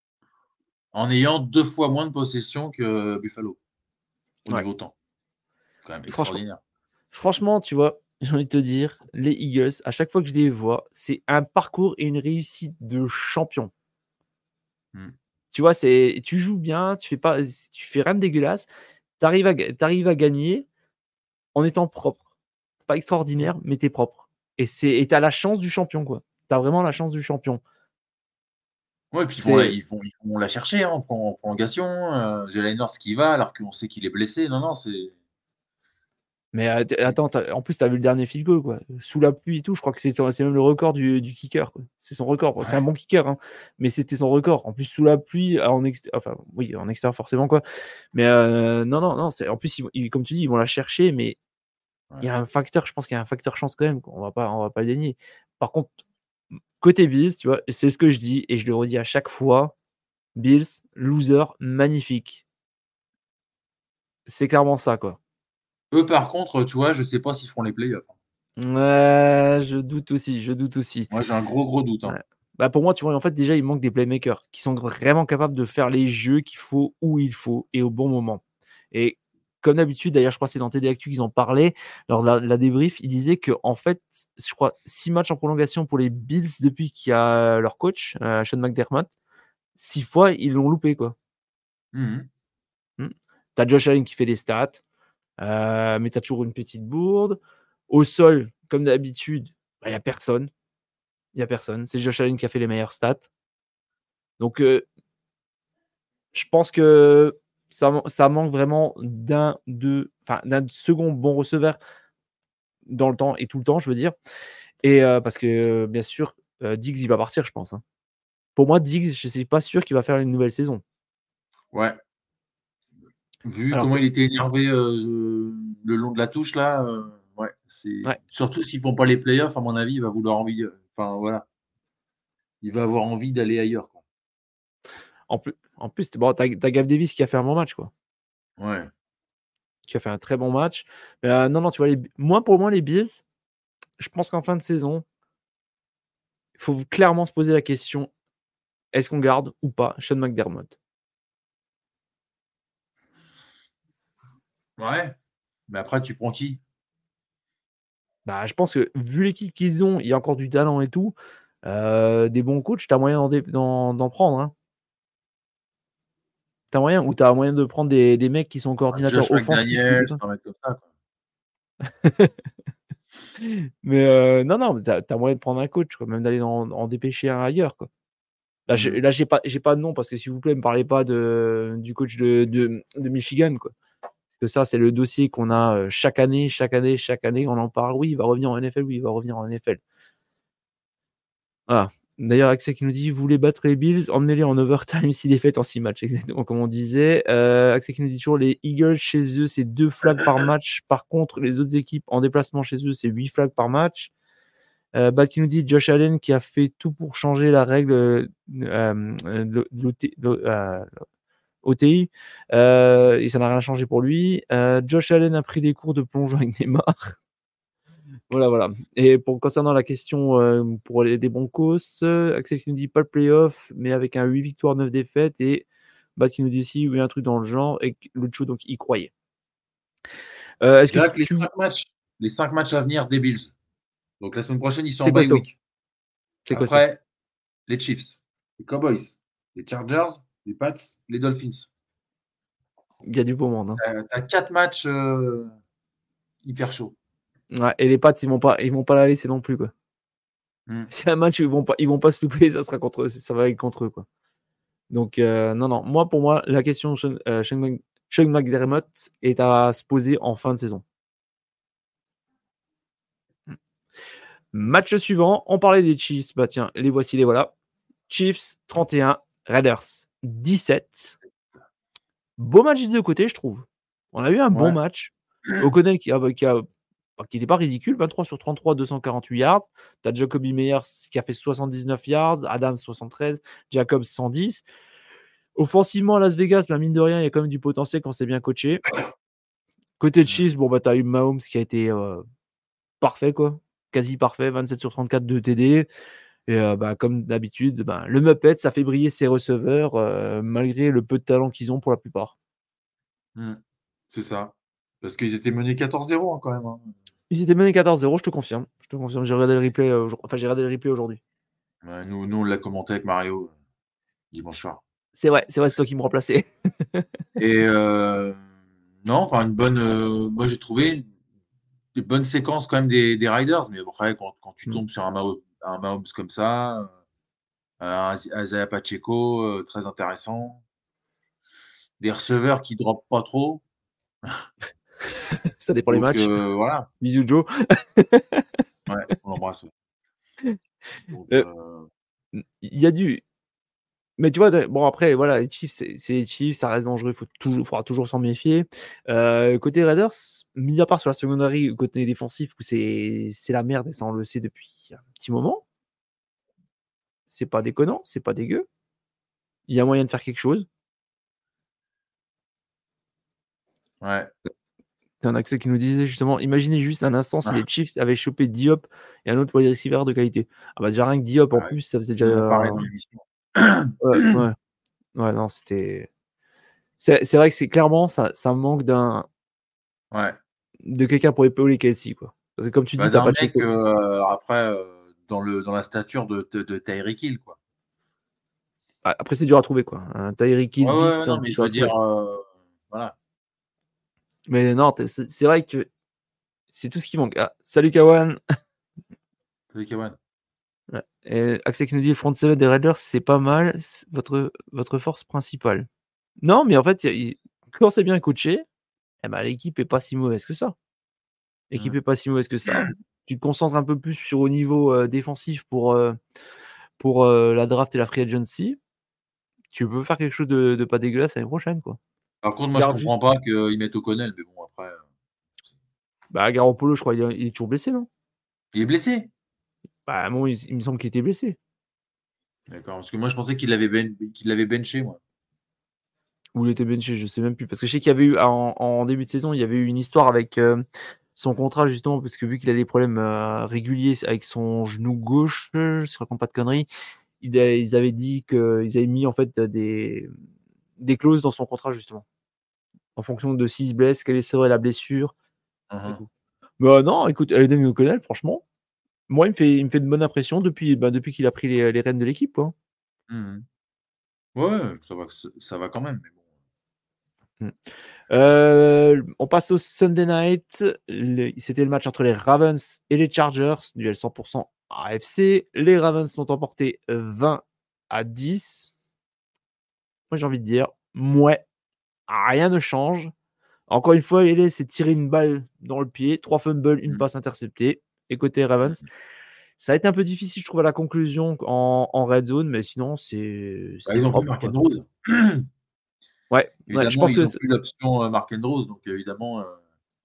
En ayant deux fois moins de possession que Buffalo, au Ouais, niveau temps. Quand même franchement extraordinaire. franchement, tu vois, j'ai envie de te dire, les Eagles, à chaque fois que je les vois, c'est un parcours et une réussite de champion. Mmh. Tu vois, c'est tu joues bien, tu fais pas tu fais rien de dégueulasse, tu arrives à ga tu arrives à gagner en étant propre. Pas extraordinaire, mais tu es propre et c'est et tu as la chance du champion, quoi. Tu as vraiment la chance du champion. Ouais, puis ils vont la C'est ils vont ils vont la chercher, hein, en pro en prolongation, heu, Jalen Hurts qui va alors qu'on sait qu'il est blessé. Non, non, c'est mais heu, t attends, tu as en plus, tu as vu le dernier field goal, quoi. Sous la pluie et tout, je crois que c'est son c'est même le record du du kicker, quoi. C'est son record. C'est un ouais, bon kicker, hein, mais c'était son record. En plus, sous la pluie, en ext enfin, oui, en extérieur forcément, quoi, mais heu, non, non, non, c'est en plus, ils vont ils comme tu dis, ils vont la chercher, mais il y ouais. a un facteur, je pense qu'il y a un facteur chance quand même, on va pas on va pas le dénier. Par contre, mmh, côté Bills, tu vois? C'est ce que je dis et je le redis à chaque fois, Bills, loser magnifique. C'est clairement ça, quoi. Eux, par contre, tu vois, je sais pas s'ils feront les playoffs, hein. Ouais, je doute aussi, je doute aussi. Moi, j'ai un gros, gros doute, hein. Ouais. Bah, pour moi, tu vois, en fait, déjà, il manque des playmakers qui sont vraiment capables de faire les jeux qu'il faut, où il faut et au bon moment. Et comme d'habitude, d'ailleurs, je crois que c'est dans T D Actu qu'ils en parlaient, lors de la la débrief, ils disaient qu'en fait, je crois six matchs en prolongation pour les Bills depuis qu'il y a leur coach, heu, Sean McDermott. Six fois, ils l'ont loupé, quoi. Mmh mh. Mmh. Tu as Josh Allen qui fait des stats, Euh, mais tu as toujours une petite bourde. Au sol, comme d'habitude, il bah, n'y a personne. Il n'y a personne. C'est Josh Allen qui a fait les meilleures stats. Donc, euh, je pense que ça, ça manque vraiment d'un, deux, enfin, d'un second bon receveur dans le temps et tout le temps, je veux dire. Et euh, parce que, euh, bien sûr, euh, Diggs, il va partir, je pense. Hein. Pour moi, Diggs, je ne suis pas sûr qu'il va faire une nouvelle saison. Ouais. Vu Alors, comment il était énervé euh, le long de la touche, là, euh, ouais, c'est... ouais. Surtout s'ils font pas les playoffs, à mon avis, il va vouloir envie. Enfin, voilà. Il va avoir envie d'aller ailleurs, quoi. En plus, en plus bon, tu as Gabe Davis qui a fait un bon match, quoi. Ouais. Qui a fait un très bon match. Mais, euh, non, non, tu vois, les... moi, pour moi, les Bills, je pense qu'en fin de saison, il faut clairement se poser la question, est-ce qu'on garde ou pas Sean McDermott? Ouais. Mais après, tu prends qui? Bah, je pense que vu l'équipe qu'ils ont, il y a encore du talent et tout. Euh, des bons coachs, tu as moyen d'en, dé... d'en... d'en prendre. Hein. Tu as moyen, ou tu as moyen de prendre des, des mecs qui sont coordinateurs Josh offensifs ou McDaniels, défensifs. un mec comme ça, quoi. Mais euh, non, non, tu as moyen de prendre un coach, quoi, même d'aller en, en dépêcher un ailleurs. Quoi. Là, je, Mm. là j'ai pas, j'ai pas de nom parce que s'il vous plaît, ne me parlez pas de, du coach de, de, de Michigan. Quoi. Parce que ça, c'est le dossier qu'on a chaque année, chaque année, chaque année. On en parle. Oui, il va revenir en N F L. Oui, il va revenir en N F L. Voilà. D'ailleurs, Axel qui nous dit, vous voulez battre les Bills, emmenez-les en overtime, six défaites en six matchs, exactement comme on disait. Euh, Axel qui nous dit toujours, les Eagles chez eux, c'est deux flags par match. Par contre, les autres équipes en déplacement chez eux, c'est huit flags par match. Euh, Bad qui nous dit, Josh Allen qui a fait tout pour changer la règle euh, euh, O T I, euh, et ça n'a rien changé pour lui. Euh, Josh Allen a pris des cours de plongeon avec Neymar. Voilà, voilà. Et pour, concernant la question euh, pour les, des Broncos, euh, Axel qui nous dit pas le playoff, mais avec un huit victoires, neuf défaites. Et Bat qui nous dit si, oui, un truc dans le genre. Et Lucho, donc, y croyait. Euh, est-ce Je dirais que que les tu... cinq matchs, les cinq matchs à venir des Bills. Donc la semaine prochaine, ils sont en C'est bye costaud. week. C'est costaud. Après, les Chiefs, les Cowboys, les Chargers, les Pats, les Dolphins. Il y a du beau monde. Hein. Euh, tu as quatre matchs euh, hyper chauds. Ouais, et les Pats, ils vont pas, ils vont pas la laisser non plus, quoi. Mm. C'est un match où ils vont pas, ils vont pas se louper, ça sera contre eux, ça va être contre eux, quoi. Donc, euh, non, non. Moi, pour moi, la question Sean, euh, Sean, Sean McDermott est à se poser en fin de saison. Match suivant, on parlait des Chiefs. Bah tiens, les voici, les voilà. Chiefs trente et un, Raiders dix-sept. Beau match des deux côtés, je trouve. On a eu un bon Ouais. match. O'Connell qui n'était qui a, qui pas ridicule, vingt-trois sur trente-trois, deux cent quarante-huit yards. Tu as Jacoby Meyers qui a fait soixante-dix-neuf yards, Adams soixante-treize, Jacobs cent dix. Offensivement, à Las Vegas, bah, mine de rien, il y a quand même du potentiel quand c'est bien coaché. Côté de Chiefs, bon, bah, tu as eu Mahomes qui a été euh, parfait, quoi. Quasi parfait, vingt-sept sur trente-quatre, deux T D. Et euh, bah, comme d'habitude, bah, le Muppet, ça fait briller ses receveurs euh, malgré le peu de talent qu'ils ont pour la plupart. Mm. C'est ça. Parce qu'ils étaient menés quatorze zéro hein, quand même. Hein. Ils étaient menés quatorze zéro, je te confirme. Je te confirme, j'ai regardé le replay, euh, enfin, j'ai regardé le replay aujourd'hui. Ouais, nous, nous, on l'a commenté avec Mario euh, dimanche soir. C'est vrai, c'est vrai, c'est toi qui me remplaçais. Et euh, non, enfin, une bonne. Euh, moi, j'ai trouvé des bonnes séquences quand même des, des Riders, mais après, quand, quand tu tombes sur un, Mahomes, un Mahomes comme ça, euh, un Isaiah Pacheco, euh, très intéressant. Des receveurs qui ne droppent pas trop. Ça dépend les Donc, matchs. euh, voilà. Bisous, Joe. Ouais, on l'embrasse. Donc, Euh, euh, Il y a du. Mais tu vois, bon, après, voilà, les Chiefs, c'est, c'est les Chiefs, ça reste dangereux, il faut toujours, faudra toujours s'en méfier. Euh, côté Raiders, mis à part sur la secondary, côté défensif, où c'est, c'est la merde, et ça, on le sait depuis un petit moment. C'est pas déconnant, c'est pas dégueu. Il y a moyen de faire quelque chose. ouais. Il y en a qui nous disait justement, imaginez juste un instant si Ah, les Chiefs avaient chopé Diop et un autre wide receiver de qualité. Ah bah déjà rien que Diop en bah, plus, ça faisait on déjà. en a parlé Euh, dans l'émission. ouais, ouais, ouais, non, c'était. C'est, c'est vrai que c'est clairement, ça, ça manque d'un, Ouais. de quelqu'un pour épauler Kelsey, quoi. Parce que comme tu dis, Bah, t'as d'un pas de mec, Checo. euh, après, euh, dans, le, dans la stature de, de, de Tyreek Hill, quoi. Après, c'est dur à trouver, quoi. Un Tyreek Ouais, Hill ouais, bis, ouais, c'est un non, peu mais je dur à veux trouver. dire, euh, voilà. Mais non, c'est, c'est vrai que c'est tout ce qui manque. Ah, salut Kawan. Salut Kawan. Ouais. Et Axel qui nous dit le front seven des Raiders, c'est pas mal, c'est votre, votre force principale. Non, mais en fait, y a, y, quand c'est bien coaché, eh ben, l'équipe est pas si mauvaise que ça. L'équipe Mmh. est pas si mauvaise que ça. Tu te concentres un peu plus sur au niveau euh, défensif pour, euh, pour euh, la draft et la free agency. Tu peux faire quelque chose de, de pas dégueulasse l'année prochaine, quoi. Par contre, moi, je Garde juste. comprends pas qu'ils mettent O'Connell, mais bon, après. Bah, Garoppolo, je crois, il est, il est toujours blessé, non? Il est blessé? Bah, bon, il, il me semble qu'il était blessé. D'accord, parce que moi, je pensais qu'il l'avait ben... qu'il l'avait benché, moi. Ou il était benché, je sais même plus. Parce que je sais qu'il y avait eu, en, en début de saison, il y avait eu une histoire avec euh, son contrat, justement, parce que vu qu'il a des problèmes euh, réguliers avec son genou gauche, je ne raconte pas de conneries, il a, ils avaient dit qu'ils avaient mis, en fait, des, des clauses dans son contrat, justement. En fonction de s'il se blesse, quelle serait la blessure, et Mmh. tout. Bah non, écoute, Aiden O'Connell, franchement, moi, il me fait, il me fait de bonne impression depuis, bah, depuis qu'il a pris les, les rênes de l'équipe, quoi. Mmh. Ouais, ça va, ça va quand même, mais bon. Mm. Euh, on passe au Sunday Night. Le, c'était le match entre les Ravens et les Chargers, duel cent pour cent A F C. Les Ravens l'ont emporté vingt à dix. Moi, j'ai envie de dire, mouais, rien ne change. Encore une fois, il s'est tiré une balle dans le pied, trois fumbles, une Mmh. passe interceptée. Et côté Ravens, Mmh. ça a été un peu difficile, je trouve, à la conclusion en, en red zone, mais sinon, c'est, Bah, c'est ils ont plus propre, Mark quoi. Andrews. Ouais, ouais, je Évidemment, pense que ils ont plus l'option euh, Mark Andrews, donc évidemment, euh,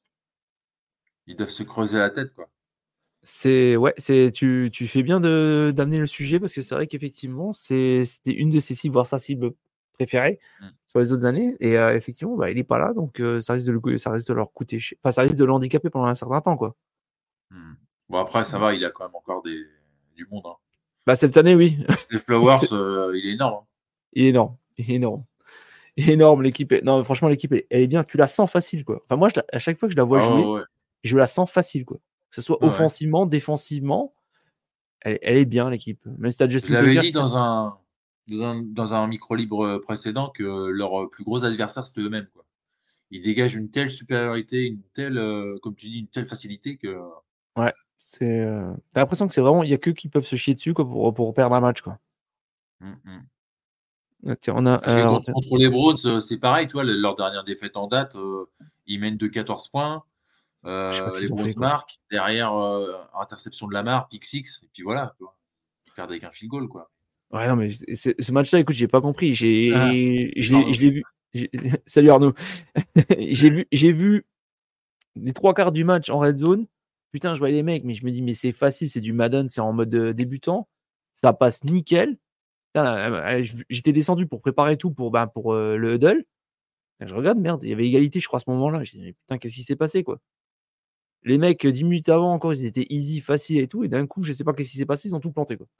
ils doivent se creuser la tête, quoi. c'est ouais, c'est tu, tu fais bien de d'amener le sujet parce que c'est vrai qu'effectivement, c'est c'était une de ses cibles, voire sa cible préférée Mmh. sur les autres années. Et euh, effectivement, bah, il est pas là, donc euh, ça risque de le, ça risque de leur coûter cher. Enfin, ça risque de l'handicaper pendant un certain temps, quoi. Mmh. Bon, après, ça va, il a quand même encore des... du monde. Hein. Bah cette année, oui. Steve Flowers, C'est- euh, il est énorme. Hein. il est énorme, il est énorme, il est énorme l'équipe. Est... Non, franchement, l'équipe, elle, elle est bien. Tu la sens facile, quoi. Enfin, moi, je la- à chaque fois que je la vois Ah jouer, ouais, ouais. je la sens facile, quoi. Que ce soit Ouais, ouais. offensivement, défensivement, elle, elle est bien l'équipe. Même si t'as Je Justin l'avais Tucker. dit dans un, dans un, dans un micro libre précédent que leur plus gros adversaire, c'était eux-mêmes, quoi. Ils dégagent une telle supériorité, une telle, euh, comme tu dis, une telle facilité que. Ouais, c'est, heu, tu l'impression que c'est vraiment il y a qu'eux qui peuvent se chier dessus quoi pour pour perdre un match quoi. Mmh mh. Ah tiens, on a Parce que alors contre, tiens, contre les Browns, euh, c'est pareil, toi, leur dernière défaite en date, euh, ils mènent de quatorze points. je sais pas Euh, ce les qu'ils ont Browns fait quoi. marquent. Derrière, euh, interception de Lamar, pick six, et puis voilà. Tu vois. Ils perdent avec un field goal, quoi. Ouais non mais c'est c'est ce match-là écoute, j'ai pas compris, Ah, j'ai je l'ai pardon. je l'ai vu j'ai salut Arnaud. J'ai vu j'ai vu les trois quarts du match en red zone. Putain, je voyais les mecs, mais je me dis: «Mais c'est facile, c'est du Madden, c'est en mode, heu, débutant». Ça passe nickel. Putain, heu, j j'étais descendu pour préparer tout pour, ben, pour, heu, le huddle. Je regarde, merde, il y avait égalité je crois à ce moment-là. J'ai dit: «Mais putain, qu'est-ce qui s'est passé quoi?» Les mecs, dix minutes avant encore, ils étaient easy, facile et tout, et d'un coup, je sais pas qu'est-ce qui s'est passé, ils ont tout planté, quoi.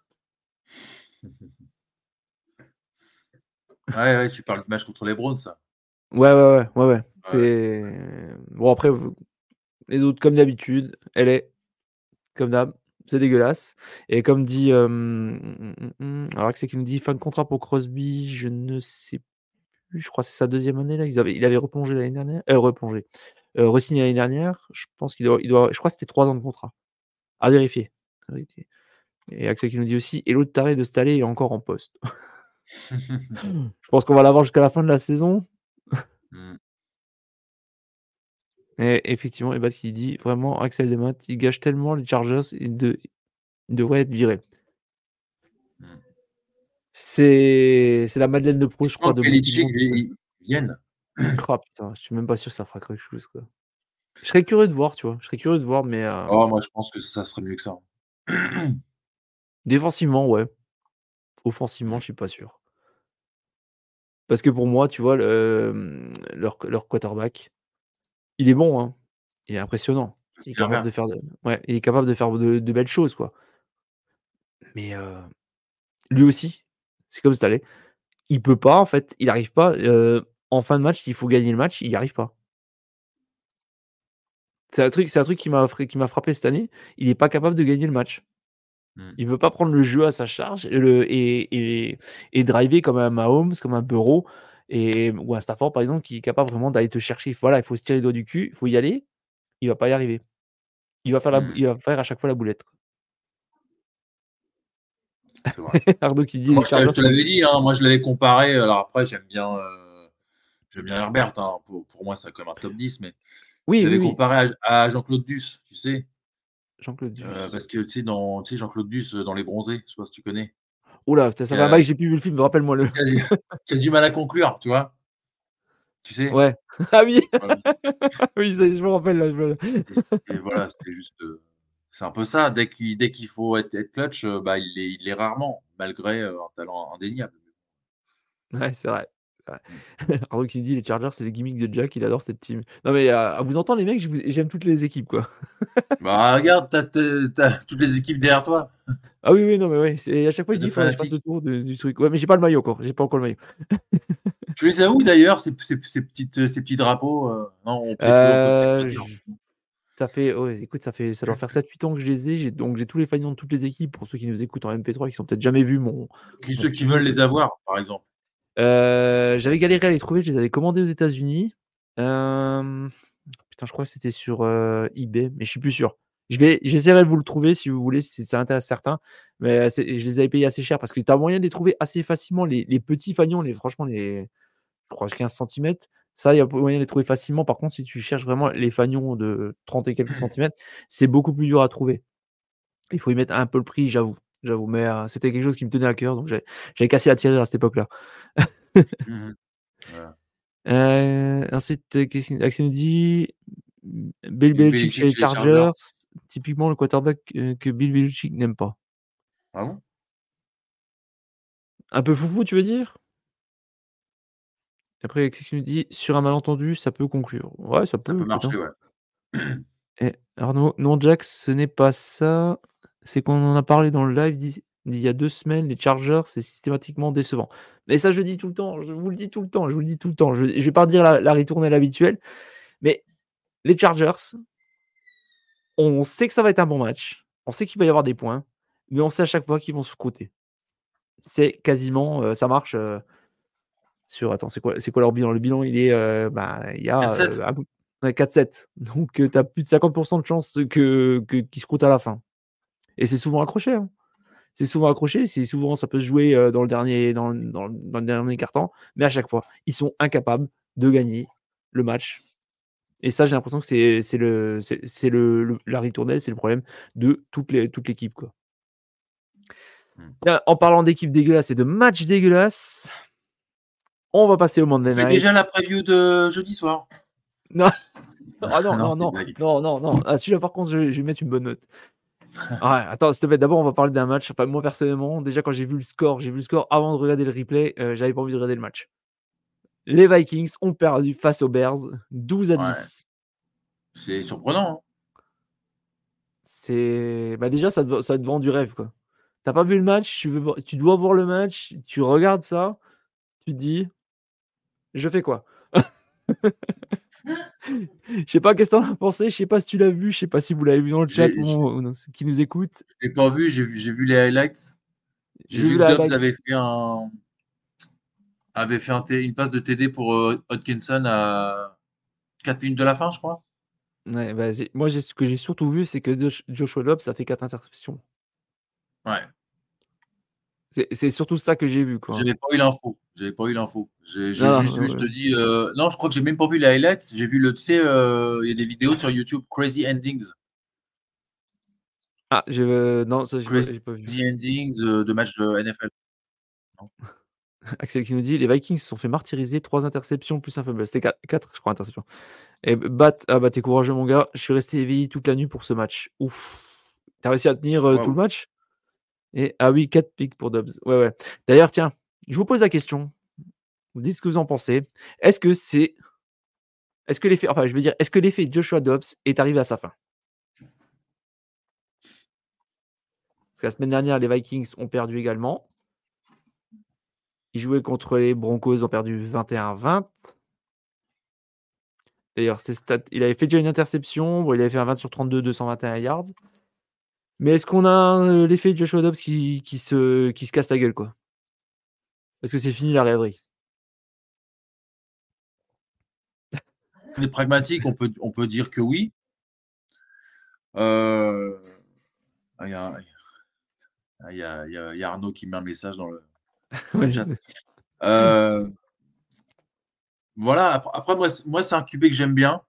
Ouais, ouais, tu parles du match contre les Browns, ça. Ouais, ouais, ouais, ouais, ouais. Ouais. C'est bon après, les autres comme d'habitude, elle est comme d'hab, c'est dégueulasse. Et comme dit, hem, mmh, mmh, mmh, alors c'est qui nous dit: «Fin de contrat pour Crosby», je ne sais plus, je crois que c'est sa deuxième année là, ils avaient il avait replongé l'année dernière, heu, replongé, heu, re-signé l'année dernière. Je pense qu'il doit il doit je crois que c'était trois ans de contrat. À vérifier, à vérifier. Et Axel qui nous dit aussi: «Et l'autre taré de Staley est encore en poste». Je pense qu'on va l'avoir jusqu'à la fin de la saison. Mmh. Et effectivement, Ebad qui dit vraiment Axel Demat, il gâche tellement les Chargers, il, de, il devrait être viré. Mmh. C'est c'est la Madeleine de Proust, je crois, Quand de beaucoup de Belichick monde. vi- vienne. Ah putain, je suis même pas sûr que ça fera quelque chose, quoi. Je serais curieux de voir, tu vois. Je serais curieux de voir, mais euh, Oh, moi, je pense que ça serait mieux que ça. défensivement, ouais. Offensivement, Mmh. je suis pas sûr. Parce que pour moi, tu vois, le, leur, leur quarterback, il est bon, hein. Il est impressionnant. C'est Il est ce capable de faire de, ouais, il est capable de faire de, de belles choses, quoi. Mais euh, lui aussi, c'est comme Staley. Il peut pas en fait, il arrive pas, heu, en fin de match, s'il faut gagner le match, il y arrive pas. C'est un truc c'est un truc qui m'a fr qui m'a frappé cette année, il est pas capable de gagner le match. Mmh. Il veut pas prendre le jeu à sa charge et le et et et driver comme un Mahomes, comme un Burrow. Et ou un Stafford, par exemple, qui est capable vraiment d'aller te chercher. Voilà, il faut se tirer les doigts du cul, il faut y aller. Il va pas y arriver. Il va faire la, Mmh. il va faire à chaque fois la boulette. C'est vrai. Arnaud qui dit Moi, les je te, Chargers. je te l'avais dit, hein, moi je l'avais comparé. Alors après, j'aime bien, euh, j'aime bien Herbert. Hein, pour, pour moi, c'est comme un top dix, mais je Oui, oui, l'avais oui. comparé à, à Jean-Claude Duss, tu sais. Jean-Claude Euh, Duss. parce que tu sais, dans, tu sais, Jean-Claude Duss euh, dans Les Bronzés, je sais pas si tu connais, Oula, ça qui fait un a, bail que j'ai plus vu le film, rappelle-moi-le. qui a du, qui a du mal à conclure, tu vois. Tu sais. Ouais. Ah oui, Voilà. oui, ça, je me rappelle là. Je... Et, et voilà, c'était juste. euh, c'est un peu ça. Dès qu'il dès qu'il faut être, être clutch, euh, bah, il l'est il l'est rarement, malgré euh, un talent indéniable. Ouais, c'est vrai. C'est vrai. Mm. Arnaud qui dit les Chargers, c'est le gimmick de Jack, il adore cette team. Non mais à, à vous entendre les mecs, je vous- j'aime toutes les équipes quoi. Bah, regarde, t'as, t'as- t'as toutes les équipes derrière toi. Ah oui, oui, non mais ouais, c'est à chaque fois je De dis il faudrait que je fasse le fanatiques. tour de- du truc. Ouais, mais j'ai pas le maillot encore, j'ai pas encore le maillot. Tu les as où d'ailleurs, ces, ces, ces petites, ces petits drapeaux euh, Non, on peut, on peut peut-être pas Euh, dire. je- Ça fait, ouais, écoute, ça fait, ça doit faire sept huit ans que je les ai. J'ai, donc j'ai tous les fanions de toutes les équipes pour ceux qui nous écoutent en M P trois, qui sont peut-être jamais vu mon, Qui- mon Ceux qui studio. veulent les avoir, par exemple. Euh, j'avais galéré à les trouver, je les avais commandés aux États-Unis. Euh, putain, je crois que c'était sur euh, eBay, mais je suis plus sûr. Je vais, j'essaierai de vous le trouver si vous voulez, si ça intéresse certains. Mais c'est- je les avais payés assez cher parce que tu as moyen de les trouver assez facilement. Les, les petits fanions, les, franchement, les, je crois quinze centimètres, ça, il y a moyen de les trouver facilement. Par contre, si tu cherches vraiment les fanions de trente et quelques centimètres, c'est beaucoup plus dur à trouver. Il faut y mettre un peu le prix, j'avoue. J'avoue, mais euh, c'était quelque chose qui me tenait à cœur, donc j'ai- j'avais cassé la tirelire à cette époque-là. Mhm. Voilà. Euh, ensuite, euh, qu'est-ce qu'il Axel nous dit Bill Et Belichick chez Belichick les chez les Chargers. Chargers, typiquement le quarterback euh, que Bill Belichick n'aime pas. Ah bon? Un peu foufou, tu veux dire? Après, Axel qui nous dit sur un malentendu, ça peut conclure. Ouais, ça Ça peut, peut écoute, hein. marcher, ouais. Et Arnaud, non, Jax, ce n'est pas ça. C'est qu'on en a parlé dans le live d'il d'il y a deux semaines. Les Chargers, c'est systématiquement décevant. Mais ça, je le dis tout le temps. Je vous le dis tout le temps. Je vous le dis tout le temps. Je ne vais pas dire la, la ritournelle habituelle. Mais les Chargers, on sait que ça va être un bon match. On sait qu'il va y avoir des points. Mais on sait à chaque fois qu'ils vont se côté. C'est quasiment, euh, ça marche euh, sur. Attends, c'est quoi, c'est quoi leur bilan? Le bilan, il est. euh, bah, il y a euh, quatre sept. un bout- ouais, quatre sept. Donc, tu as plus de cinquante pour cent de chances que, que, qu'ils se croûtent à la fin. Et c'est souvent accroché. Hein. C'est souvent accroché. C'est souvent, ça peut se jouer euh, dans le dernier, dans, le- dans, le- dans le dernier quart-temps. Mais à chaque fois, ils sont incapables de gagner le match. Et ça, j'ai l'impression que c'est, c'est, le, c'est, c'est le, le- la ritournelle, c'est le problème de toute, les, toute l'équipe. Quoi. Hmm. Tiens, en parlant d'équipe dégueulasse et de match dégueulasse, on va passer au On Monday fait Night. déjà la preview de jeudi soir. Non, ah non, Non, non, c'était une non, blague. non, non, non. Ah, celui-là, par contre, je, je vais mettre une bonne note. Ah ouais, attends, s'il te plaît, d'abord, on va parler d'un match. Enfin, moi, personnellement, déjà, quand j'ai vu le score, j'ai vu le score avant de regarder le replay, euh, j'avais pas envie de regarder le match. Les Vikings ont perdu face aux Bears, douze à Ouais. dix. C'est surprenant. Hein. C'est... Bah déjà, ça te, ça te vend du rêve, quoi. T'as pas vu le match, tu, veux, voir- tu dois voir le match, tu regardes ça, tu te dis, je fais quoi? Je sais pas qu'est-ce que t'en as pensé, je sais pas si tu l'as vu, je sais pas si vous l'avez vu dans le Je chat l'ai ou, je ou dans- qui nous écoute. l'ai pas vu, j'ai vu, j'ai vu les highlights. J'ai J'ai vu vu que la Dobbs highlight. avait fait un, avait fait un T- une passe de T D pour euh, Hodgkinson à quatre minutes de la fin, je crois. Ouais, bah, j'ai- moi, j'ai- ce que j'ai surtout vu, c'est que Josh- Joshua Dobbs, ça fait quatre interceptions. Ouais. C'est c'est surtout ça que j'ai vu, quoi. J'avais pas eu l'info. J'avais pas eu l'info. J'ai j'ai Non, juste non, vu, je te ouais. dis, euh, non, je crois que j'ai même pas vu les highlights. J'ai vu le, tu sais, euh, il y a des vidéos sur YouTube, Crazy Endings. Ah, je, euh, non, ça, j'ai pas, Crazy j'ai pas vu. Endings euh, de matchs de N F L. Non. Axel qui nous dit les Vikings se sont fait martyriser, trois interceptions plus un fumble. C'était quatre, je crois, interceptions. Et Bat, ah bah t'es courageux, mon gars. Je suis resté éveillé toute la nuit pour ce match. Ouf. T'as réussi à tenir euh, tout le Waouh. match? Et ah oui, quatre picks pour Dobbs. Ouais, ouais. D'ailleurs, tiens, je vous pose la question. Vous dites ce que vous en pensez. Est-ce que c'est. Est-ce que l'effet. Enfin, je veux dire, est-ce que l'effet Joshua Dobbs est arrivé à sa fin? Parce que la semaine dernière, les Vikings ont perdu également. Ils jouaient contre les Broncos, ils ont perdu vingt et un à vingt. D'ailleurs, ses stats, il avait fait déjà une interception. Bon, il avait fait un vingt sur trente-deux, deux cent vingt et un yards. Mais est-ce qu'on a euh, l'effet Joshua Dobbs qui, qui, se, qui se casse la gueule, quoi? Est-ce que c'est fini la rêverie? est pragmatique, on peut, on peut dire que oui. Euh, Il y a, il y a- il y a- il y a Arnaud qui met un message dans le, dans le Ouais. chat. Euh, voilà, après, après, moi, c'est- moi c'est un Q B que j'aime bien.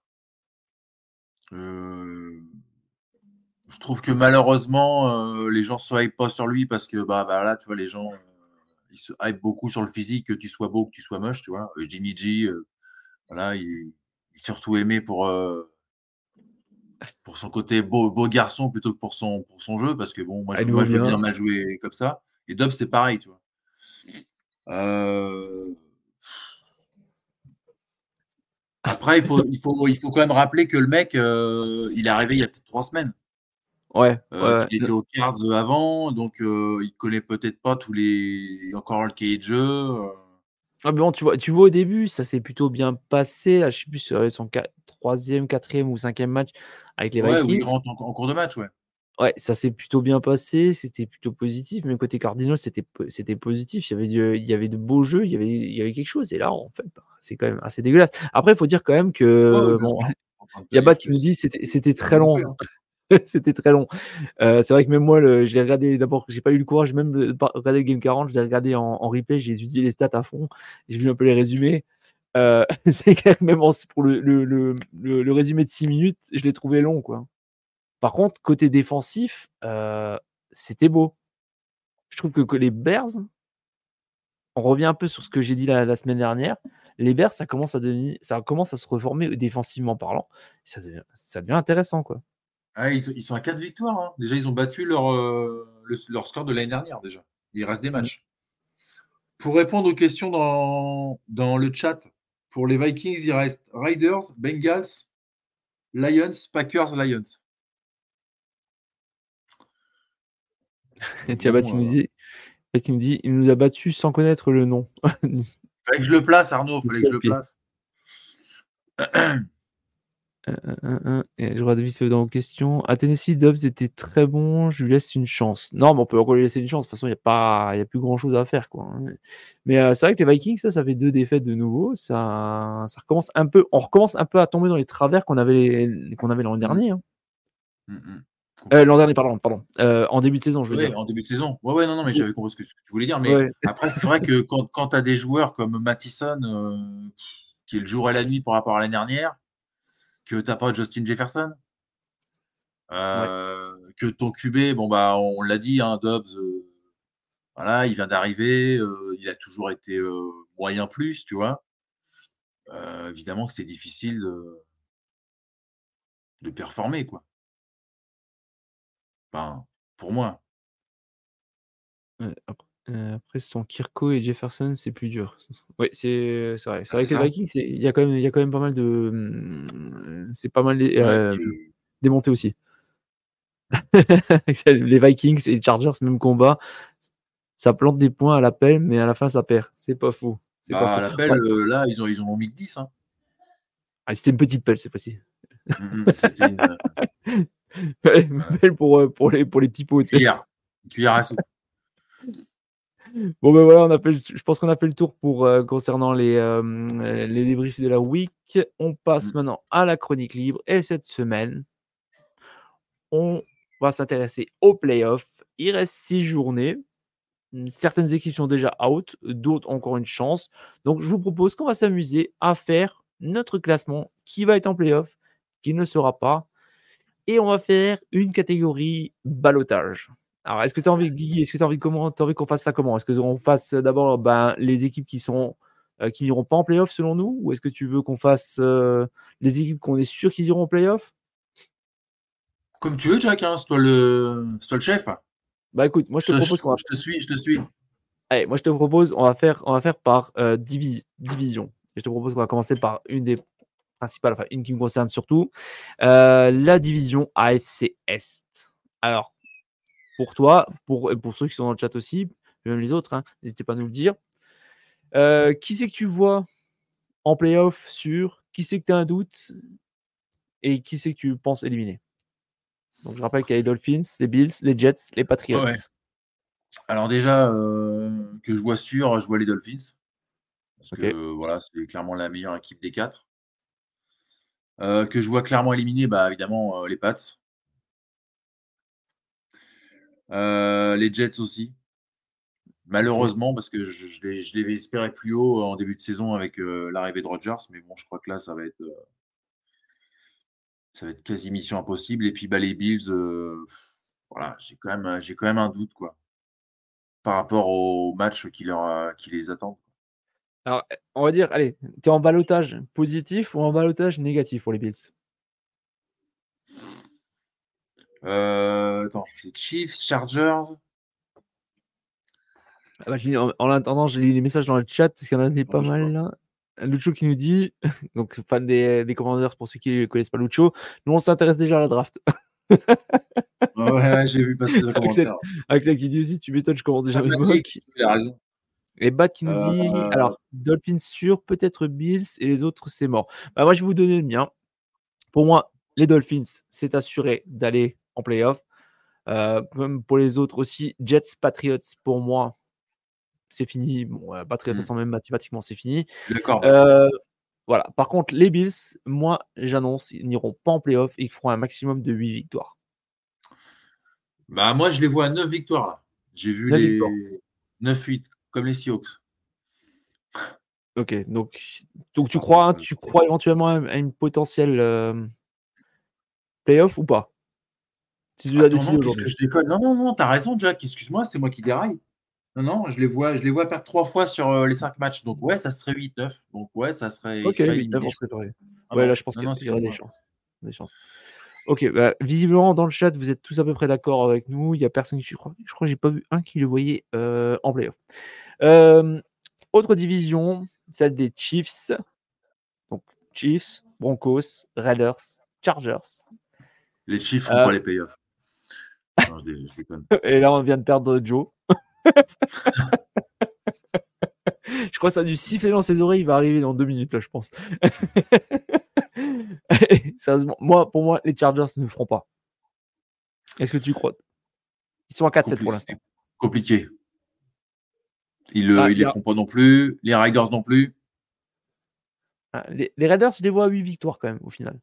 Euh, je trouve que malheureusement, euh, les gens se hype pas sur lui parce que bah, bah là, tu vois, les gens, euh, ils se hype beaucoup sur le physique, que tu sois beau, que tu sois moche, tu vois. Euh, Jimmy G, euh, voilà, il, il est surtout aimé pour, euh, pour son côté beau, beau garçon plutôt que pour son, pour son jeu, parce que bon, moi, je, Elle nous moi, vaut je veux bien bien. mal jouer comme ça. Et Dobbs, c'est pareil, tu vois. Euh, Après, il faut, il faut, il faut quand même rappeler que le mec, euh, il est arrivé il y a peut-être trois semaines. Ouais, Euh, ouais. qu'il était aux Cards avant, donc euh, il connaît peut-être pas tous les encore le cahier de jeu. euh. Ah, mais bon, tu vois, tu vois au début, ça s'est plutôt bien passé. Là, je sais plus, sur son qua- troisième, quatrième ou cinquième match avec les Ouais, où il Vikings. rentre en, en cours de match, ouais. Ouais, ça s'est plutôt bien passé, c'était plutôt positif. Même côté Cardinals, c'était po- c'était positif. Il y avait du- il y avait de beaux jeux, il y avait, il y avait quelque chose. Et là, en fait, bah, c'est quand même assez dégueulasse. Après, il faut dire quand même Ouais, ouais, que bien bon, sûr. En train de il te y a dire Bat qui que nous c'est dit c'était c'était c'est très bien joué, long. hein. C'était très long. Euh, c'est vrai que même moi, le, je l'ai regardé d'abord, j'ai pas eu le courage même de pas regarder le Game quarante, je l'ai regardé en, en replay, j'ai étudié les stats à fond, j'ai vu un peu les résumés. Euh, c'est clair que même en- pour le, le, le, le- le résumé de six minutes, je l'ai trouvé long, quoi. Par contre, côté défensif, euh, c'était beau. Je trouve que, que les Bears, on revient un peu sur ce que j'ai dit la, la semaine dernière, les Bears, ça commence à devenir, ça commence à se reformer défensivement parlant. Ça devient, ça devient intéressant, quoi. Ah, ils, sont- ils sont à quatre victoires, hein. Déjà, ils ont battu leur, euh, le- leur score de l'année dernière, déjà. Il reste des Mm. matchs. Pour répondre aux questions dans, dans le chat, pour les Vikings, il reste Raiders, Bengals, Lions, Packers, Lions. Et Donc tiens, bah, bon, tu me euh, dis, bah, tu me dis, il nous a battus sans connaître le nom. fallait que je le place, Arnaud, C'est fallait que trop je au le pied. place. Euh, euh, euh, euh, et je regarde vite fait dans vos questions. À Tennessee, Dobbs était très bon. Je lui laisse une chance. Non, mais on peut encore lui laisser une chance. De toute façon, il n'y a pas, il y a plus grand chose à faire, quoi, hein. Mais euh, c'est vrai que les Vikings, ça, ça fait deux défaites de nouveau. Ça, ça recommence un peu. On recommence un peu à tomber dans les travers qu'on avait, qu'on avait l'an Mm, dernier, hein. mm, mm. Euh, l'an dernier, Complètement. pardon, pardon. Euh, en début de saison, je veux Oui, dire. en début de saison. Ouais, ouais, non, non, mais Ou- j'avais compris ce que, ce que tu voulais dire. Mais Ouais. après, c'est vrai que quand, quand tu as des joueurs comme Mattison, euh, qui est le jour et la nuit par rapport à l'année dernière, que t'as pas Justin Jefferson, Ouais. euh, que ton Q B, bon bah on l'a dit, hein, Dobbs, euh, voilà, il vient d'arriver, euh, il a toujours été euh, moyen plus, tu vois. Euh, évidemment que c'est difficile de, de performer, quoi. Enfin, pour moi. Ouais, après, euh, après, sans Kirko et Jefferson, c'est plus dur. Oui, c'est c'est vrai. C'est Ah, vrai c'est que les ça? Vikings, c'est- il y a quand même, il y a quand même pas mal de, hum, c'est pas mal Ouais, euh, puis démonté aussi. Les Vikings et les Chargers, même combat, ça plante des points à l'appel, mais à la fin, ça perd. C'est pas faux. C'est pas bah à faux. l'appel, Ouais. euh, là, ils ont ils en ont mis que dix, hein. Ah, c'était une petite pelle cette fois-ci. Mm, mm, c'était une, euh, voilà, Pelle pour, euh, pour, les, pour les petits pots, une tu sais. cuillère, une cuillère à soupe. Bon, ben voilà, on a fait, le- je pense qu'on a fait le tour pour euh, concernant les, euh, les débriefs de la week. On passe Mm. maintenant à la chronique libre. Et cette semaine, on va s'intéresser aux playoffs. Il reste six journées. Certaines équipes sont déjà out, d'autres ont encore une chance. Donc, je vous propose qu'on va s'amuser à faire notre classement qui va être en playoff, qui ne sera pas. Et on va faire une catégorie balotage. Alors, est-ce que tu as envie, Guigui, est-ce que tu as envie, comment, t'as envie qu'on fasse ça comment? Est-ce qu'on fasse d'abord ben, les équipes qui sont euh, qui n'iront pas en playoff selon nous? Ou est-ce que tu veux qu'on fasse euh, les équipes qu'on est sûr qu'ils iront en playoff? Comme tu veux, Jack, hein, c'est toi le, c'est toi le chef. Bah écoute, moi je Je te te, propose qu'on va je te suis, je te suis. allez, moi je te propose, on va faire, on va faire par euh, divi- division. Et je te propose qu'on va commencer par une des principales, enfin une qui me concerne surtout, euh, la division A F C Est. Alors, pour toi, pour, pour ceux qui sont dans le chat aussi, et même les autres, hein, n'hésitez pas à nous le dire. Euh, qui c'est que tu vois en playoff sur qui c'est que tu as un doute et qui c'est que tu penses éliminer? Donc je rappelle qu'il y a les Dolphins, les Bills, les Jets, les Ouais, Patriots. ouais. Alors déjà, euh, que je vois sûr, je vois les Dolphins. Parce Ok. que voilà, c'est clairement la meilleure équipe des quatre. Euh, que je vois clairement éliminer, bah, évidemment, euh, les Pats. Euh, les Jets aussi. Ok. Malheureusement, parce que je, je les, je les espérais plus haut en début de saison avec euh, l'arrivée de Rodgers, mais bon, je crois que là, ça va être, euh, ça va être quasi mission impossible. Et puis, bah, les Bills, euh, pff, voilà, j'ai quand même, j'ai quand même un doute, quoi, par rapport au match qui leur, a- qui les attend. Alors, on va dire, allez, tu es en ballottage positif ou en ballottage négatif pour les Bills? Euh, attends, c'est Chiefs, Chargers. Ah bah, je lis- en, en attendant, j'ai lu les messages dans le chat parce qu'il y en a des pas Ouais, je sais mal pas. là. Lucho qui nous dit, donc fan des, des Commanders pour ceux qui ne connaissent pas Lucho, nous on s'intéresse déjà à la draft. Ouais, ouais, j'ai vu passer ce Axel, commentaire. Axel qui dit aussi, tu m'étonnes, je commence déjà Ah, mes Mathé, mocks. il a raison. Et Bat qui nous dit, Euh, alors, Dolphins sûr, peut-être Bills et les autres c'est mort. Bah, moi je vais vous donner le mien. Pour moi, les Dolphins, c'est assuré d'aller en playoff. Euh, comme pour les autres aussi, Jets, Patriots, pour moi, c'est fini. Bon, euh, Patriots, de toute hmm, façon, même mathématiquement, c'est fini. je suis d'accord, ouais. Euh, voilà. Par contre, les Bills, moi, j'annonce, ils n'iront pas en playoff et ils feront un maximum de huit victoires. Bah, moi, je les vois à neuf victoires, là. J'ai vu neuf victoires. les neuf huit, comme les Seahawks. Ok. Donc, donc tu Enfin, c'est crois, hein, pas- tu crois éventuellement à à une potentielle euh, playoff ou pas? Si tu dois Attends, décider non, qu'est-ce que aujourd'hui. je déconne? Non, non, non, t'as raison, Jack. Excuse-moi, c'est moi qui déraille. Non, non, je les vois, je les vois perdre trois fois sur euh, les cinq matchs. Donc, ouais, ça serait huit neuf. Donc, ouais, ça serait, ils Ok, seraient huit neuf, éliminés, on je serait pense. pareil. Non, Ouais, là, non, je pense non, qu'il non, y aura des excuse-moi. chances. Des chances. Ok, bah, visiblement dans le chat, vous êtes tous à peu près d'accord avec nous. Il n'y a personne qui je crois. Je crois que j'ai pas vu un qui le voyait euh, en playoff. Euh, autre division, celle des Chiefs. Donc Chiefs, Broncos, Raiders, Chargers. Les Chiefs font Euh, pas les playoffs. Non, je, dé- je déconne. et là, on vient de perdre Joe. Je crois que ça a dû siffler dans ses oreilles. Il va arriver dans deux minutes, là, je pense. Sérieusement, moi, pour moi, les Chargers ne le feront pas. Est-ce que tu crois? Ils sont à quatre sept pour Compli- C'est l'instant. compliqué. Ils, le- Ah, ils y les a- feront pas non plus. Les Riders non plus. ah, les, les Raiders, je les vois à huit victoires quand même, au final.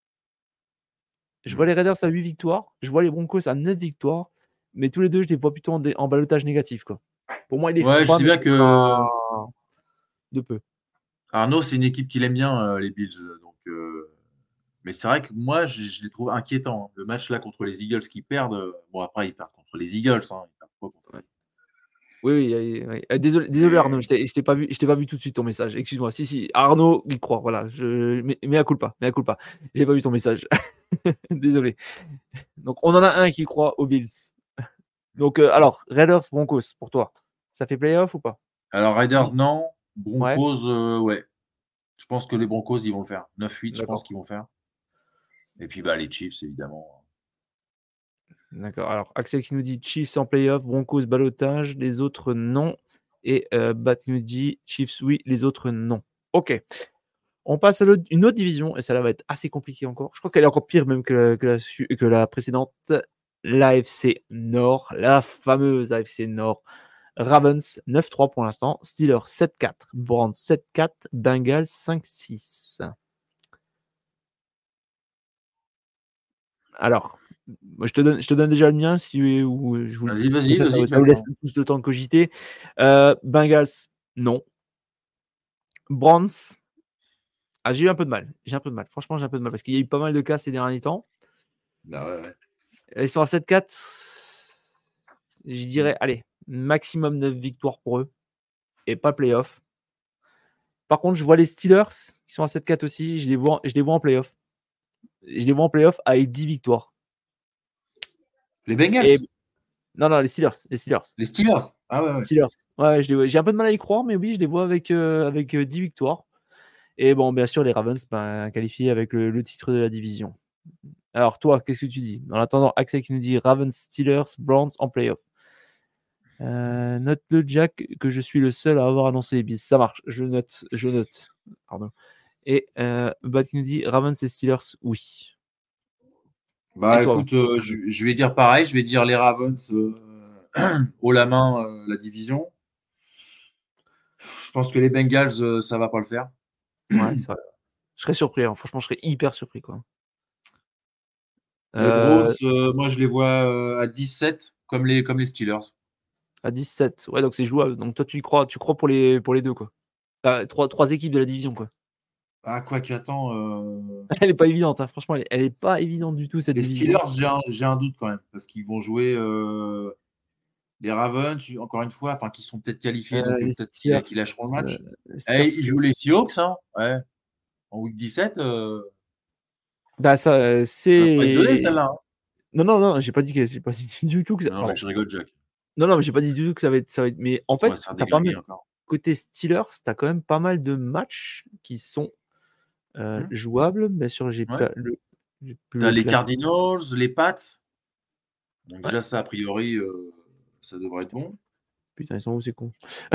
Je vois Hmm. les Raiders à huit victoires. Je vois les Broncos à neuf victoires. Mais tous les deux, je les vois plutôt en, dé- en ballottage négatif, quoi. Pour moi, ils les feront Ouais, je pas, sais mais bien peut-être que un- de peu. Arnaud, c'est une équipe qu'il aime bien, euh, les Bills. Donc, euh, mais c'est vrai que moi, je, je les trouve inquiétants, hein. Le match là contre les Eagles qui perdent. euh, Bon, après, ils perdent contre les Eagles, hein. Ils perdent pas contre Ouais. Oui, oui, oui, oui. Euh, désolé, désolé Arnaud, les- je t'ai je t'ai pas vu, je t'ai pas vu tout de suite ton message. Excuse-moi. Si, si, Arnaud, il croit. Voilà, je, mais, mais à culpa, mais à culpa. J'ai pas vu ton message. Désolé. Donc, on en a un qui croit aux Bills. Donc, euh, alors, Raiders, Broncos, pour toi, ça fait playoff ou pas? Alors, Raiders, Oui. non. Ouais, Broncos, euh, ouais. Je pense que les Broncos, ils vont le faire. neuf huit, je pense d'accord. qu'ils vont faire. Et puis, bah, les Chiefs, évidemment. D'accord. Alors, Axel qui nous dit Chiefs en playoff, Broncos balotage, les autres non. Et euh, Bat qui nous dit Chiefs oui, les autres non. Ok. On passe à l'autre- une autre division et celle-là va être assez compliquée encore. Je crois qu'elle est encore pire même que la, que la, su- que la précédente. L'A F C Nord, la fameuse A F C Nord. Ravens neuf trois pour l'instant, Steelers sept quatre, Browns sept quatre, Bengals cinq six. Alors, moi, je te donne, je te donne déjà le mien, si, ou je vous, Vas-y, comme vas-y, ça, ça, vas-y, vous ça vous laisse j'attends. plus de temps de cogiter. Euh, Bengals, non. Browns, ah, j'ai eu un peu de mal. J'ai un peu de mal. Franchement, j'ai un peu de mal parce qu'il y a eu pas mal de cas ces derniers temps. Bah ouais, ouais. Ils sont à sept quatre. Je dirais, allez, maximum neuf victoires pour eux et pas playoff. Par contre, je vois les Steelers qui sont à sept quatre aussi. Je les vois, je les vois en playoff. Je les vois en playoff avec dix victoires. Les Et Bengals? non, non, les Steelers. Les Steelers. Les Steelers? Ah ouais, ouais. Steelers. Ouais, je les vois. J'ai un peu de mal à y croire, mais oui, je les vois avec, euh, avec euh, dix victoires. Et bon, bien sûr, les Ravens ben, qualifiés avec le, le titre de la division. Alors, toi, qu'est-ce que tu dis? En attendant, Axel qui nous dit Ravens, Steelers, Browns en playoff. Euh, note le Jack que je suis le seul à avoir annoncé les bis. Ça marche, je note, je note. Pardon. Et euh, Bad qui nous dit Ravens et Steelers, oui. Et Bah toi, Bad? écoute, euh, je, je vais dire pareil, je vais dire les Ravens euh, haut la main, euh, la division. Je pense que les Bengals, euh, ça va pas le faire. Ouais, ça, Je serais surpris, hein. Franchement, je serais hyper surpris, quoi. Les Euh, Browns, euh, moi je les vois euh, à dix-sept, comme les, comme les Steelers. à dix-sept. Ouais, donc c'est jouable. Donc toi, tu y crois, tu crois pour les, pour les deux, quoi. Ah, trois, trois équipes de la division, quoi. Ah, quoi qu'attends. Euh... Elle est pas évidente, hein. Franchement, elle est, elle est pas évidente du tout, cette Les division. Steelers, j'ai un, j'ai un doute quand même, parce qu'ils vont jouer euh, les Ravens, encore une fois, enfin, qui sont peut-être qualifiés, Euh, donc euh, les peut-être qu'ils Steelers, qu'ils lâcheront le euh, match. les Et Steelers, ils jouent les Seahawks, hein, ouais, en week dix-sept. Euh, bah ça, euh, ça va pas être donné, c'est. celle-là. Hein. Non, non, non, j'ai pas dit que, j'ai pas dit du tout que ça. Non, mais Pardon. je rigole, Jack. Non, non, mais j'ai pas dit du tout que ça va être, ça va être. Mais en On va fait, se faire t'as pas déglinguer mal. encore. Côté Steelers, t'as quand même pas mal de matchs qui sont euh, Hmm. jouables. Bien sûr, j'ai Ouais. pas le, j'ai plus T'as le les classement. Cardinals, les Pats. Donc Ouais. déjà, ça, a priori, euh, ça devrait être bon. Putain, ils sont où, c'est con.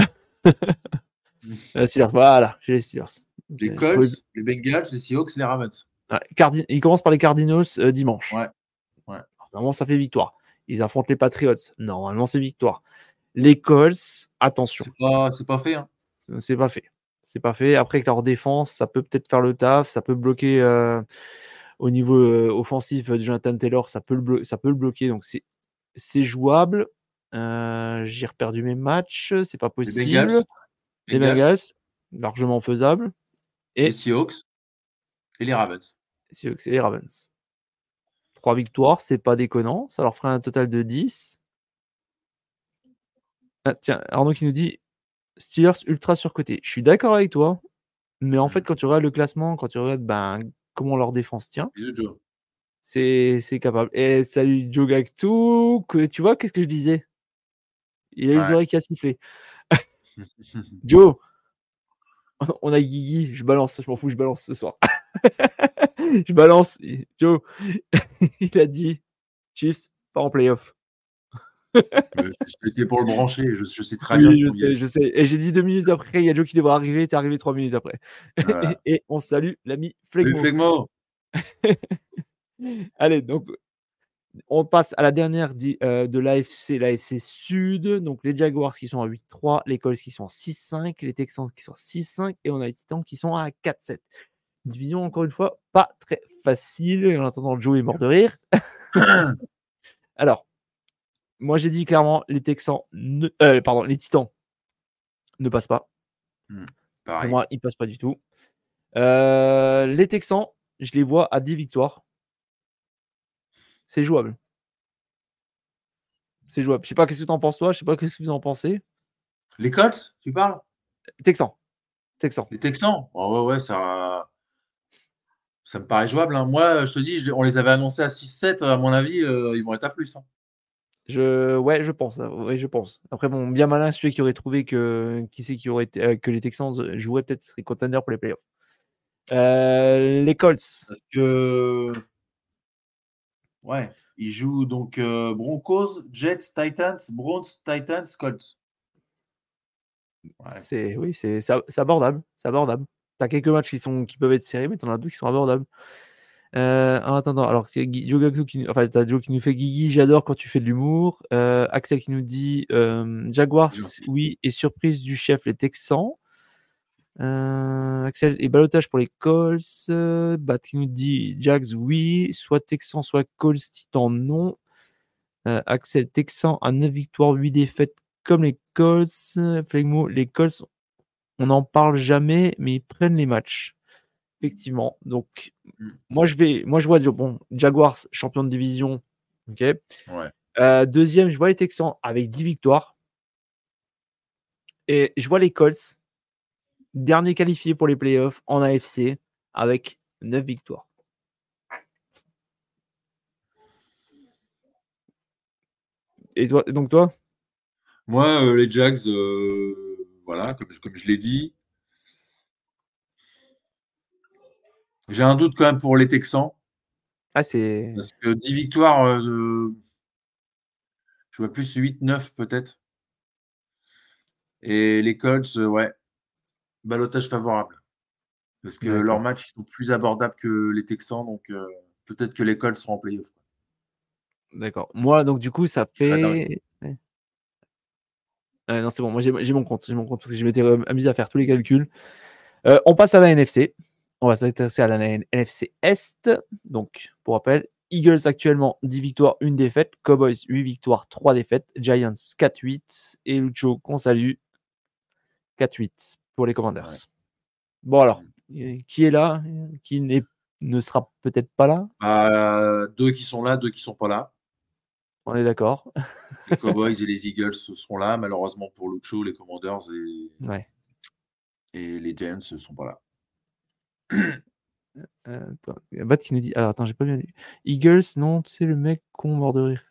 Euh, Steelers, voilà, j'ai les Steelers. Ok, Les j'ai trouvé- Colts, les Bengals, les Seahawks, les Ravens. Ouais, Cardi- Ils commencent par les Cardinals euh, dimanche. Ouais, ouais. Normalement, ça fait victoire. Ils affrontent les Patriots. Normalement, c'est victoire. Les Colts, attention. C'est pas, c'est pas fait, hein. C'est pas fait. C'est pas fait. Après, que leur défense, ça peut peut-être faire le taf. Ça peut bloquer euh, au niveau euh, offensif de Jonathan Taylor. Ça peut le, blo- ça peut le bloquer. Donc, c'est, c'est jouable. Euh, j'ai reperdu mes matchs. C'est pas Les possible. Bengals, Les Bengals, Bengals, largement faisable. les Et Seahawks et les Ravens. c'est les Ravens. Trois victoires, c'est pas déconnant. Ça leur ferait un total de dix. Ah, tiens, Arnaud qui nous dit Steelers ultra surcoté. Je suis d'accord avec toi, mais en fait, Mm. quand tu regardes le classement, quand tu regardes ben, comment leur défense tient, Bisous, Joe. c'est, c'est capable. Et salut Joe Gactou, que tu vois, qu'est-ce que je disais? Il a les Ouais. oreilles qui a sifflé. Joe, on a Guigui, je balance, je m'en fous, je balance ce soir. je balance. Joe, il a dit Chiefs, pas en playoff. Mais C'était pour le brancher, je, je sais très bien Oui, je qu'on y sais, est. je sais. Et j'ai dit deux minutes après, il y a Joe qui devra arriver, t'es arrivé trois minutes après. Voilà. Et on salue l'ami Salut Flegmo. Flegmo. Allez, donc on passe à la dernière di- euh, de l'A F C, l'A F C Sud. Donc les Jaguars qui sont à huit trois, les Colts qui sont à six cinq, les Texans qui sont à six cinq et on a les Titans qui sont à quatre sept. Division, encore une fois, pas très facile. Et en attendant, Joe est mort de rire. Alors, moi j'ai dit clairement, les Texans, ne- euh, pardon, les Titans ne passent pas. Hmm, Pour pareil. moi, ils passent pas du tout. Euh, les Texans, je les vois à dix victoires. C'est jouable. C'est jouable. Je sais pas qu'est-ce que tu en penses toi, je sais pas qu'est-ce que vous en pensez. Les Colts, tu parles? Texans. Texans. Les Texans? Oh, ouais, ouais, ça, ça me paraît jouable. Hein. Moi, je te dis, je- on les avait annoncés à six sept, à mon avis, euh, ils vont être à plus. Hein. Je, ouais, je pense. hein. Ouais, je pense. Après, bon, bien malin celui qui aurait trouvé que qui c'est qui aurait été, euh, que les Texans jouaient peut-être les contenders pour les playoffs. Euh, les Colts. Parce que, ouais, ils jouent donc euh, Broncos, Jets, Titans, Browns, Titans, Colts. Ouais. C'est oui, c'est c'est c'est abordable. C'est abordable. T'as quelques matchs qui sont qui peuvent être serrés, mais t'en as d'autres qui sont abordables. Euh, en attendant, alors c'est Gui- Joe Gagno qui, enfin, t'as Joe qui nous fait Guigui, j'adore quand tu fais de l'humour. Euh, Axel qui nous dit euh, Jaguars, Gentil. oui, et surprise du chef, les Texans. Euh, Axel et balotage pour les Colts. Euh, Bat qui nous dit Jags, oui, soit Texans, soit Colts, Titan, non. Euh, Axel, Texans à neuf victoires, huit défaites, comme les Colts. Euh, Flegmo, les Colts, on n'en parle jamais, mais ils prennent les matchs. Effectivement. Donc, Mm. moi, je vais, moi, je vois bon, Jaguars, champion de division. Ok. Ouais. Euh, deuxième, je vois les Texans avec dix victoires. Et je vois les Colts, dernier qualifié pour les playoffs en A F C, avec neuf victoires. Et toi, donc toi? Moi, euh, les Jags, euh, voilà, comme, comme je l'ai dit. J'ai un doute quand même pour les Texans. Ah, c'est. Parce que dix victoires, euh, je vois plus huit neuf peut-être. Et les Colts, euh, ouais, balotage favorable. Parce que leurs D'accord. matchs ils sont plus abordables que les Texans, donc euh, peut-être que les Colts seront en playoff. D'accord. Moi, donc, du coup, ça Ce serait dingue. fait. Ouais. Ouais, non, c'est bon. Moi, j'ai j'ai mon compte. J'ai mon compte parce que je m'étais euh, amusé à faire tous les calculs. Euh, on passe à la N F C. On va s'intéresser à la N F C Est. Donc, pour rappel, Eagles actuellement dix victoires, une défaite. Cowboys huit victoires, trois défaites. Giants quatre huit. Et Lucho, qu'on salue, quatre huit pour les Commanders. Ouais. Bon alors, qui est là? Qui n'est, ne sera peut-être pas là? euh, Deux qui sont là, deux qui sont pas là. On est d'accord. Les Cowboys et les Eagles seront là. Malheureusement pour Lucho, les Commanders et, ouais. et les Giants ne sont pas là. Euh, attends, il y a Bat qui nous dit. Alors attends, j'ai pas bien lu. Eagles, non, tu sais, le mec con mort de rire.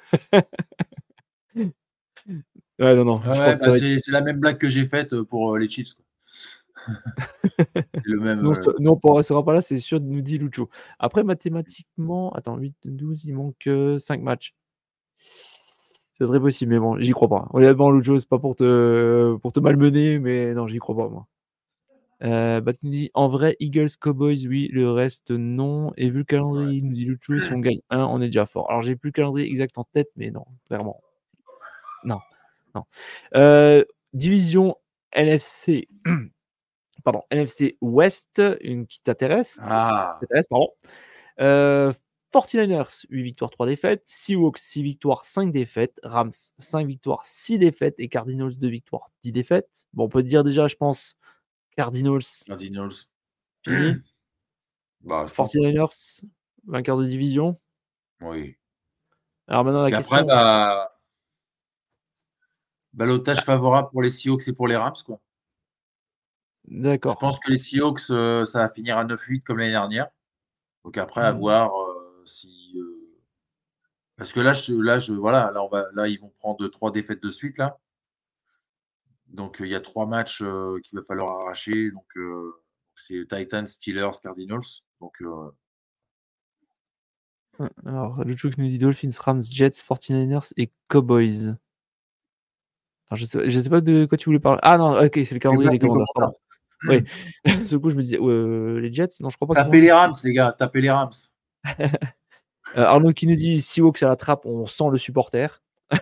ouais, non, non. Ouais, je ouais, pense bah que c'est, être... c'est la même blague que j'ai faite pour euh, les Chiefs. Quoi. c'est le même. non, euh... non, on ne sera pas là, c'est sûr, nous dit Lucho. Après, mathématiquement, attends, huit, douze, il manque euh, cinq matchs. C'est très possible, mais bon, j'y crois pas. Honnêtement, Lucho, c'est pas pour te, pour te malmener, mais non, j'y crois pas, moi. Euh, bah, tu nous dis, en vrai, Eagles, Cowboys, oui, le reste, non. Et vu le calendrier, il nous dit Lucho, si on gagne un, on est déjà fort. Alors, j'ai plus le calendrier exact en tête, mais non, clairement. Non. non. Euh, division N F C. Pardon, N F C West, une qui t'intéresse. Ah. T'intéresse, pardon. Euh, forty-niners, huit victoires, trois défaites. Seahawks, six victoires, cinq défaites. Rams, cinq victoires, six défaites. Et Cardinals, deux victoires, dix défaites. Bon, on peut dire déjà, je pense, Cardinals. Cardinals. Fini. bah, je forty-niners, vainqueur de division. Oui. Alors maintenant, la Et question. Après, bah... Balotage favorable pour les Seahawks et pour les Rams, quoi. D'accord. Je pense que les Seahawks, euh, ça va finir à neuf huit comme l'année dernière. Donc après, à Hmm. voir euh, si. Euh... Parce que là, je, là, je, voilà, là, on va, là, ils vont prendre trois défaites de suite, là. Donc, il y a trois matchs euh, qu'il va falloir arracher. Donc, euh, c'est Titans, Steelers, Cardinals. Donc, euh... Alors, le truc nous dit Dolphins, Rams, Jets, forty-niners et Cowboys. Alors, je sais, je sais pas de quoi tu voulais parler. Ah non, ok, c'est le calendrier des Commanders, pardon. Oui, ce coup, je me disais, euh, les Jets, non, je crois pas qu'ils Tapez vont les Rams, les gars, tapez les Rams. euh, Arnaud qui nous dit Seahawks à la trappe, on sent le supporter.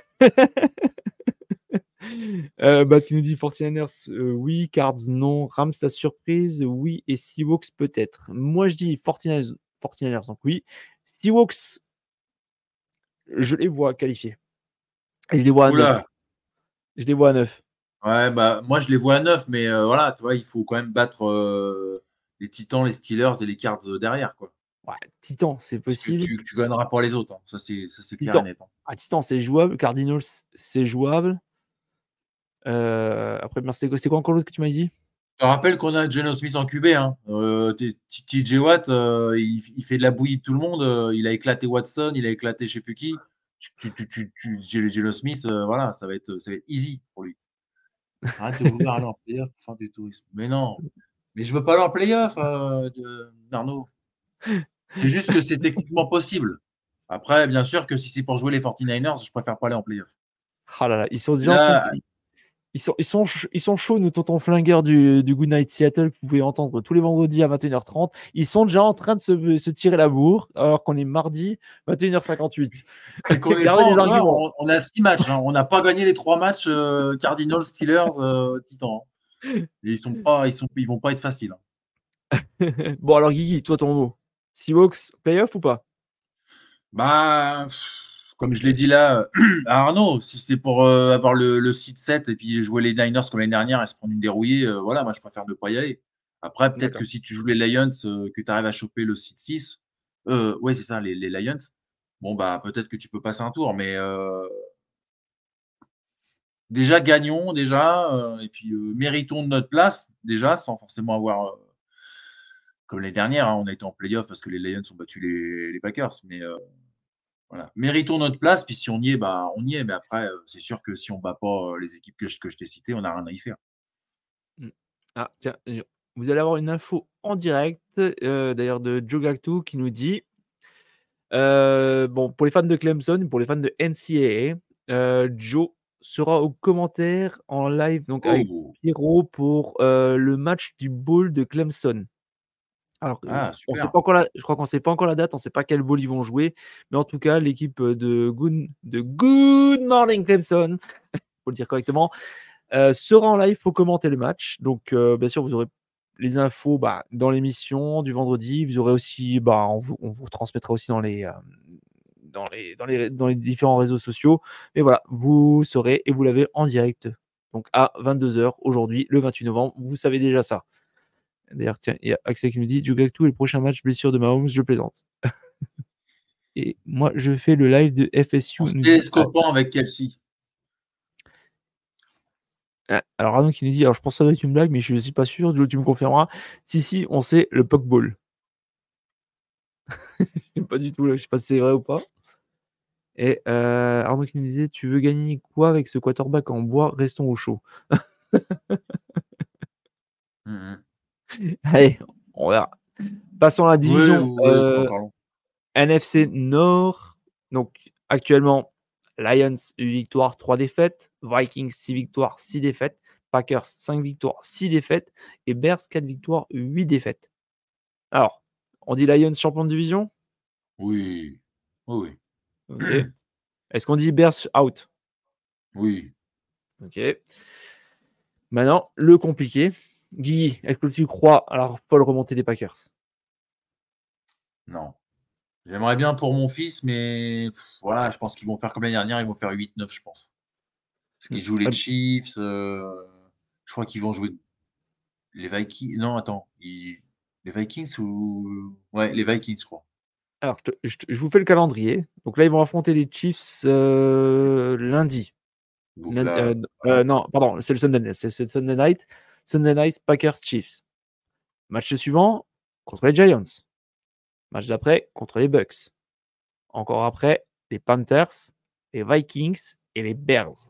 euh, bah, qui nous dit forty-niners, euh, oui, Cards, non, Rams, la surprise, oui, et Seahawks, peut-être. Moi, je dis forty-niners, forty-niners, donc oui. Seahawks, je les vois qualifiés. Et je les vois à Oula. neuf. Je les vois à neuf. Ouais, bah, moi, je les vois à neuf, mais euh, voilà, tu vois, il faut quand même battre euh, les Titans, les Steelers et les Cards euh, derrière, quoi. Ouais, Titan, c'est Parce que possible. tu, tu gagneras pas les autres, hein. Ça, c'est, ça, c'est clair Titan. et net. Hein. Ah, Titan, c'est jouable. Cardinals, c'est jouable. Euh, après, merci. C'est quoi encore l'autre que tu m'as dit? Je te rappelle qu'on a Geno Smith en Q B. Hein. Euh, T J Watt, euh, il, il fait de la bouillie de tout le monde. Euh, il a éclaté Watson, il a éclaté je sais plus qui. Tu, tu, tu, tu, Geno Smith, euh, voilà, ça va, être, ça va être easy pour lui. Arrête de vouloir aller en playoff pour faire du tourisme. Mais non, mais je veux pas aller en playoff, euh, Arnaud. C'est juste que c'est techniquement possible. Après, bien sûr que si c'est pour jouer les forty-niners, je préfère pas aller en playoff. Ah là là, ils sont déjà Là, en train de... Ils sont, ils, sont, ils sont chauds, nous, tonton flingueur du, du Goodnight Seattle, que vous pouvez entendre tous les vendredis à vingt et une heures trente. Ils sont déjà en train de se, se tirer la bourre, alors qu'on est mardi, vingt et une heures cinquante-huit. Gardez les arguments. On, on, a six matchs. Hein. On n'a pas gagné les trois matchs euh, Cardinals, Steelers, euh, Titans. Et ils sont pas, ils sont, ils vont pas être faciles. Hein. Bon, alors, Guigui, toi, ton mot. Seahawks, playoff ou pas? Bah, pff, comme je l'ai dit là à Arnaud, si c'est pour euh, avoir le, le seed sept et puis jouer les Niners comme l'année dernière et se prendre une dérouillée, euh, voilà, moi je préfère ne pas y aller. Après, peut-être D'accord. que si tu joues les Lions, euh, que tu arrives à choper le seed six, euh, ouais, c'est ça, les, les Lions, bon, bah, peut-être que tu peux passer un tour, mais euh, déjà gagnons, déjà, euh, et puis euh, méritons de notre place, déjà, sans forcément avoir, euh, comme l'année dernière, hein, on a été en playoff parce que les Lions ont battu les, les Packers, mais euh, voilà. Méritons notre place, puis si on y est, bah, on y est. Mais après, euh, c'est sûr que si on ne bat pas euh, les équipes que je, que je t'ai citées, on n'a rien à y faire. Mm. Ah, tiens, vous allez avoir une info en direct, euh, d'ailleurs, de Joe Gactou qui nous dit euh, bon, pour les fans de Clemson, pour les fans de N C A A, euh, Joe sera aux commentaires en live donc avec Oh. Pierrot pour euh, le match du bowl de Clemson. Alors, Ah, on sait super. pas encore la, je crois qu'on ne sait pas encore la date, on ne sait pas quel bowl ils vont jouer, mais en tout cas, l'équipe de Good, de Good Morning Clemson, faut le dire correctement, euh, sera en live pour commenter le match. Donc, euh, bien sûr, vous aurez les infos bah, dans l'émission du vendredi. Vous aurez aussi, bah, on, vous, on vous transmettra aussi dans les, euh, dans, les, dans, les, dans les différents réseaux sociaux. Mais voilà, vous saurez et vous l'avez en direct. Donc à vingt-deux heures aujourd'hui, le vingt-huit novembre, vous savez déjà ça. D'ailleurs, tiens, il y a Axel qui nous dit Jugactu est le prochain match blessure de Mahomes, je plaisante. Et moi, je fais le live de F S U. En se télescopant avec Kelsey. Alors, Arnaud qui nous dit, alors je pense que ça doit être une blague, mais je ne suis pas sûr, tu me confirmeras. Si, si, on sait le Pokeball. Pas du tout, là, je ne sais pas si c'est vrai ou pas. Et euh, Arnaud qui nous disait, tu veux gagner quoi avec ce quarterback en bois? Restons au chaud. mm-hmm. Allez, on verra. Passons à la division oui, oui, euh, N F C Nord. Donc, actuellement, Lions, huit victoires, trois défaites. Vikings, six victoires, six défaites. Packers, cinq victoires, six défaites. Et Bears, quatre victoires, huit défaites. Alors, on dit Lions champion de division? Oui. Oui, oui. Ok. Est-ce qu'on dit Bears out? Oui. Ok. Maintenant, le compliqué. Guy, est-ce que tu crois alors Paul remonter des Packers? Non. J'aimerais bien pour mon fils, mais pff, voilà, je pense qu'ils vont faire comme l'année dernière, ils vont faire huit neuf, je pense. Parce qu'ils jouent les Chiefs, euh, je crois qu'ils vont jouer les Vikings. Non, attends, ils... les Vikings ou. Ouais, les Vikings, je crois. Alors, je, je, je vous fais le calendrier. Donc là, ils vont affronter les Chiefs euh, lundi. Donc Lundi là, euh, voilà. euh, non, pardon, c'est le Sunday, c'est le Sunday night. Sunday night, Packers Chiefs. Match suivant contre les Giants. Match d'après contre les Bucks. Encore après, les Panthers, les Vikings et les Bears.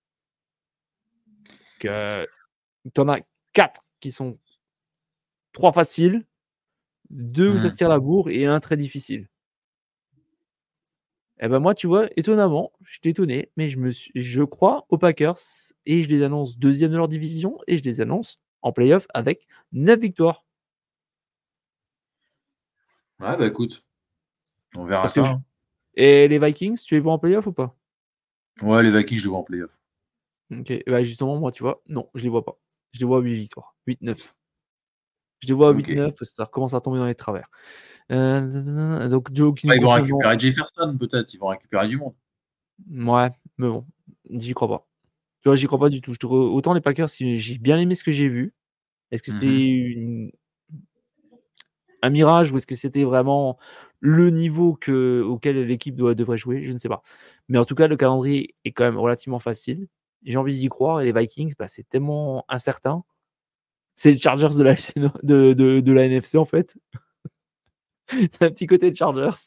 Euh, tu en as quatre qui sont trois faciles, deux où ça se tire la bourre et un très difficile. Et ben moi, tu vois, étonnamment, je suis étonné, mais je, me suis, je crois aux Packers et je les annonce deuxième de leur division et je les annonce en playoff avec neuf victoires. Ouais, bah écoute, on verra Parce ça. que je... Hein. Et les Vikings, tu les vois en playoff ou pas? Ouais, les Vikings, je les vois en playoff. Ok, bah justement, moi, tu vois, non, je les vois pas. Je les vois à huit victoires, huit neuf. Je les vois à huit neuf, okay. Ça recommence à tomber dans les travers. Euh, donc Joe qui ouais, nous ils vont confirme, récupérer Jefferson, peut-être, ils vont récupérer du monde. Ouais, mais bon, j'y crois pas. Tu vois, j'y crois pas du tout. Je te... Autant les Packers, j'ai bien aimé ce que j'ai vu. Est-ce que c'était mm-hmm. une... un mirage ou est-ce que c'était vraiment le niveau que... auquel l'équipe doit... devrait jouer? Je ne sais pas. Mais en tout cas, le calendrier est quand même relativement facile. J'ai envie d'y croire. Et les Vikings, bah, c'est tellement incertain. C'est les Chargers de la, de, de, de la N F C, en fait. C'est un petit côté de Chargers.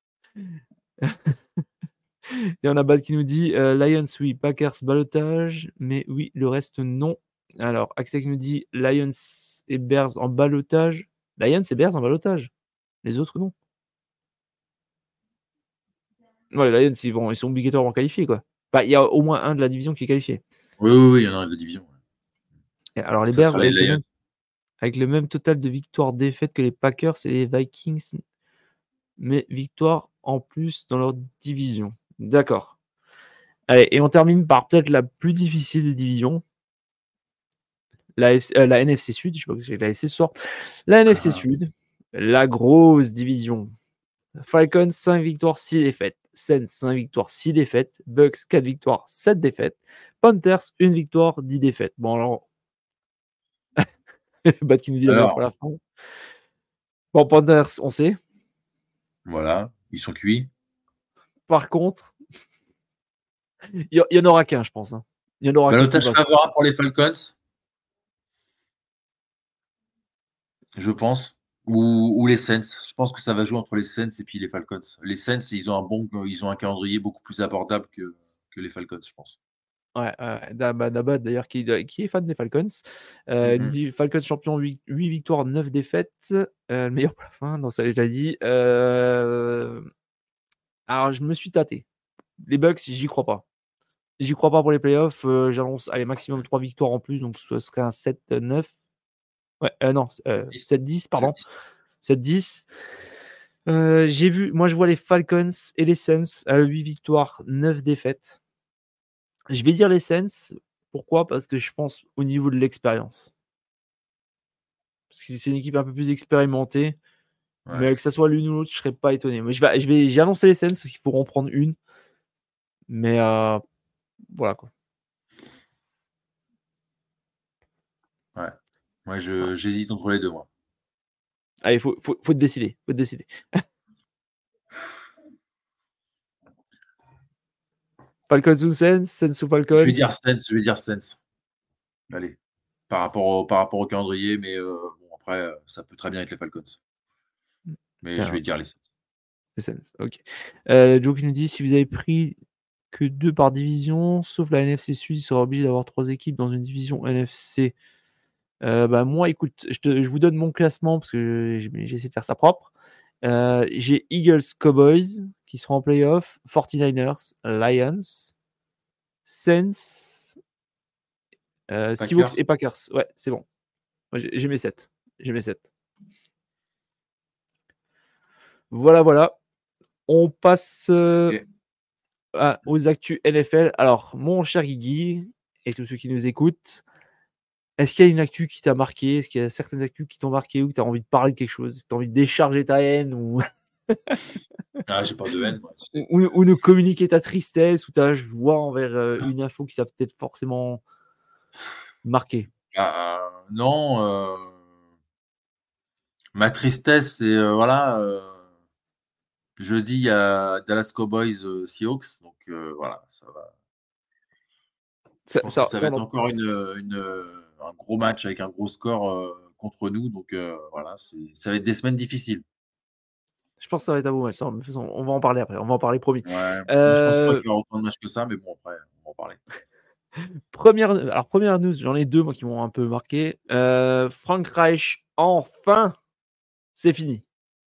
Et on a Bad qui nous dit euh, Lions, oui, Packers, balotage, mais oui, le reste, non. Alors, Axel qui nous dit Lions et Bears en balotage. Lions et Bears en balotage. Les autres, non. Ouais, les Lions, ils, vont, ils sont obligatoirement qualifiés, quoi. Enfin, il y a au moins un de la division qui est qualifié. Oui, oui, oui, il y en a un de la division. Et alors, les Ça Bears, avec, les le même, avec le même total de victoires-défaites que les Packers et les Vikings, mais victoires en plus dans leur division. D'accord. Allez, et on termine par peut-être la plus difficile des divisions. La, F C, euh, la N F C Sud, je sais pas que j'ai la F C ce soir. La N F C ah. Sud, la grosse division. Falcons, cinq victoires, six défaites. Saints, cinq victoires, six défaites. Bucks, quatre victoires, sept défaites. Panthers, une victoire, dix défaites. Bon, alors. Bat qui nous dit la meilleure pour la fin. Bon, Panthers, on sait. Voilà, ils sont cuits. Par contre, il y, y en aura qu'un, je pense. Hein. Il y en aura qu'un. Balotage favorable pour les Falcons, je pense. Ou, ou les Saints. Je pense que ça va jouer entre les Saints et puis les Falcons. Les Saints, ils ont un bon, ils ont un calendrier beaucoup plus abordable que, que les Falcons, je pense. Ouais, euh, Dabat d'ailleurs qui, qui est fan des Falcons. Euh, mm-hmm. dit Falcons champion, huit, huit victoires, neuf défaites. Euh, le meilleur pour la fin, non, ça je l'ai dit. Euh... Alors je me suis tâté. Les Bucks, j'y crois pas. J'y crois pas pour les playoffs. Euh, j'annonce allez, maximum trois victoires en plus, donc ce serait un sept neuf. Ouais, euh, non, euh, sept dix, pardon. sept dix. Euh, j'ai vu, moi je vois les Falcons et les Saints à huit victoires, neuf défaites. Je vais dire les Saints. Pourquoi? Parce que je pense au niveau de l'expérience. Parce que c'est une équipe un peu plus expérimentée. Ouais. Mais que ça soit l'une ou l'autre, je serais pas étonné. Mais je vais, je vais, j'ai annoncé les Saints parce qu'il faut en prendre une. Mais euh, voilà quoi. Ouais. Moi, je, j'hésite entre les deux, moi. Allez, faut, faut, faut te décider. Faut te décider. Falcons ou Saints, Saints ou Falcons. Je vais dire Saints, je vais dire Saints. Allez. Par rapport au, par rapport au calendrier, mais euh, bon, après, euh, ça peut très bien être les Falcons. Mais je vais dire les Saints. Les Saints, ok. Euh, Joe qui nous dit si vous avez pris que deux par division, sauf la N F C Sud, il sera obligé d'avoir trois équipes dans une division N F C. Euh, bah moi, écoute, je, te, je vous donne mon classement parce que j'ai essayé de faire ça propre. Euh, j'ai Eagles, Cowboys qui seront en playoff, forty-niners, Lions, Saints, euh, Seahawks et Packers. Ouais, c'est bon. Moi, j'ai, j'ai mes sept. J'ai mes sept. Voilà, voilà. On passe euh, okay. à, aux actus N F L. Alors, mon cher Guigui et tous ceux qui nous écoutent, est-ce qu'il y a une actu qui t'a marqué? Est-ce qu'il y a certaines actus qui t'ont marqué ou que tu as envie de parler de quelque chose? Tu as envie de décharger ta haine ou... Ah, j'ai pas de haine. Moi. Ou, ou de communiquer ta tristesse ou ta joie envers euh, une info qui t'a peut-être forcément marqué. Ah, non. Euh... Ma tristesse, c'est euh, voilà. Euh... Jeudi, il y a Dallas Cowboys euh, Seahawks, donc euh, voilà, ça va. Ça, Je pense ça, que ça, ça va être va... encore une, une, un gros match avec un gros score euh, contre nous, donc euh, voilà, ça va être des semaines difficiles. Je pense que ça va être un beau match. On va en parler après. On va en parler, promis. Ouais. Euh... Je pense pas qu'il y aura autant de matchs que ça, mais bon, après, on va en parler. Première, alors, première news, j'en ai deux, moi, qui m'ont un peu marqué. Euh, Frank Reich, enfin, c'est fini.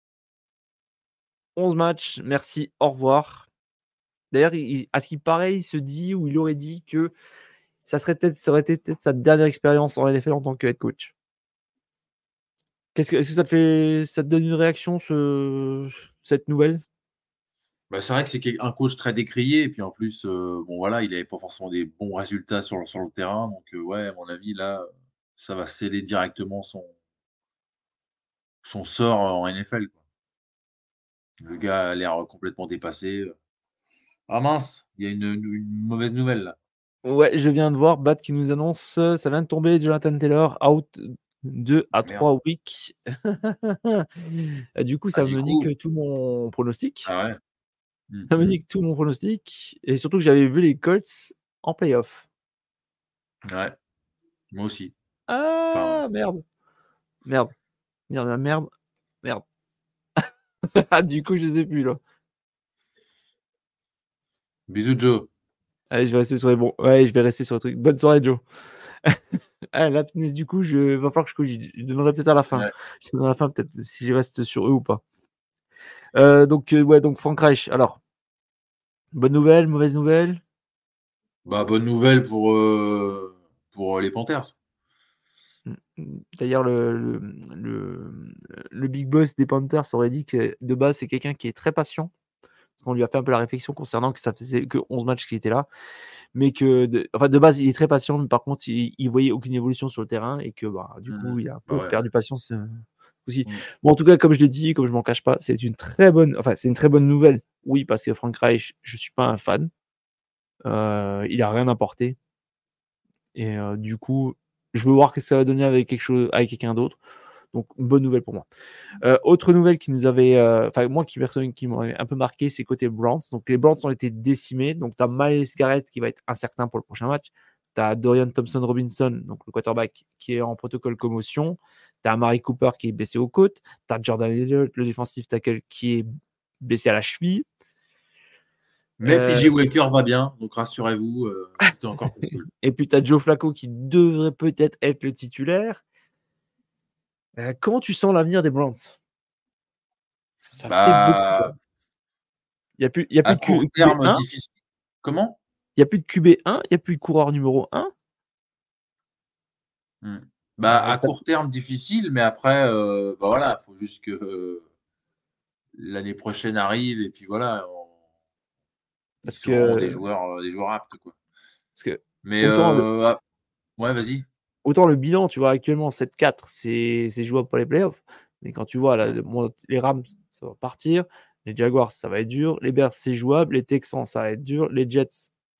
onze matchs, merci, au revoir. D'ailleurs, il, à ce qui paraît, il se dit, ou il aurait dit que ça, serait peut-être, ça aurait été peut-être sa dernière expérience en N F L en tant que head coach. Qu'est-ce que, est-ce que ça te fait, ça te donne une réaction, ce, cette nouvelle? Bah, c'est vrai que c'est un coach très décrié, et puis en plus, euh, bon voilà, il n'avait pas forcément des bons résultats sur, sur le terrain, donc euh, ouais, à mon avis, là, ça va sceller directement son, son sort en N F L. Quoi. Le gars a l'air complètement dépassé. Ah mince, il y a une, une mauvaise nouvelle là. Ouais, je viens de voir Bat qui nous annonce, ça vient de tomber, Jonathan Taylor out deux à trois weeks. Du coup, ça ah, me coup... nique tout mon pronostic. Ah ouais. Mmh. Ça me nique tout mon pronostic. Et surtout que j'avais vu les Colts en playoff. Ouais, moi aussi. Ah, enfin... merde. Merde. Merde, merde, merde. Du coup, je ne sais plus là. Bisous, Joe. Allez, je vais rester sur les bons. Ouais, je vais rester sur le truc. Bonne soirée, Joe. Ah, là, du coup, je va falloir que je corrige. Je donnerai peut-être à la fin. Ouais. Je donnerai à la fin, peut-être, si je reste sur eux ou pas. Euh, donc, euh, ouais, donc Frank Reich. Alors, bonne nouvelle, mauvaise nouvelle? Bah, bonne nouvelle pour, euh, pour les Panthers. D'ailleurs, le, le, le, le big boss des Panthers aurait dit que de base, c'est quelqu'un qui est très patient. Parce qu'on lui a fait un peu la réflexion concernant que ça faisait que onze matchs qu'il était là. Mais que, de, enfin, de base, il est très patient, mais par contre, il, il voyait aucune évolution sur le terrain et que, bah, du coup, mmh. il a un peu bah ouais, perdu ouais. patience euh, aussi. Mmh. Bon, en tout cas, comme je l'ai dit, comme je m'en cache pas, c'est une très bonne, enfin, c'est une très bonne nouvelle. Oui, parce que Frank Reich, je suis pas un fan. Euh, il a rien apporté. Et euh, du coup, je veux voir ce que ça va donner avec quelque chose, avec quelqu'un d'autre. Donc, une bonne nouvelle pour moi. Euh, autre nouvelle qui nous avait, enfin, euh, moi qui personne qui m'aurait un peu marqué, c'est côté Browns. Donc, les Browns ont été décimés. Donc, tu as Myles Garrett qui va être incertain pour le prochain match. Tu as Dorian Thompson-Robinson, donc le quarterback, qui est en protocole commotion. Tu as Amari Cooper qui est blessé aux côtes. Tu as Jordan Elliott, le défensif tackle, qui est blessé à la cheville. Mais euh, P J Walker va bien, donc rassurez-vous, euh, tout est encore possible. Et puis, tu as Joe Flacco qui devrait peut-être être le titulaire. Euh, comment tu sens l'avenir des Browns? Ça bah, fait beaucoup. Il n'y a plus, y a plus à de court Q- terme Q B un. difficile. Comment? Il n'y a plus de Q B un, il n'y a plus de coureur numéro un. Hmm. Bah, euh, à court terme difficile, mais après, euh, bah voilà, il faut juste que euh, l'année prochaine arrive et puis voilà, on... Parce ils seront que... des joueurs, des joueurs aptes quoi. Parce que mais autant euh, le... ah... ouais, vas-y. autant le bilan, tu vois, actuellement, sept quatre, c'est, c'est jouable pour les playoffs. Mais quand tu vois, là, le- moi, les Rams, ça va partir. Les Jaguars, ça va être dur. Les Bears, c'est jouable. Les Texans, ça va être dur. Les Jets,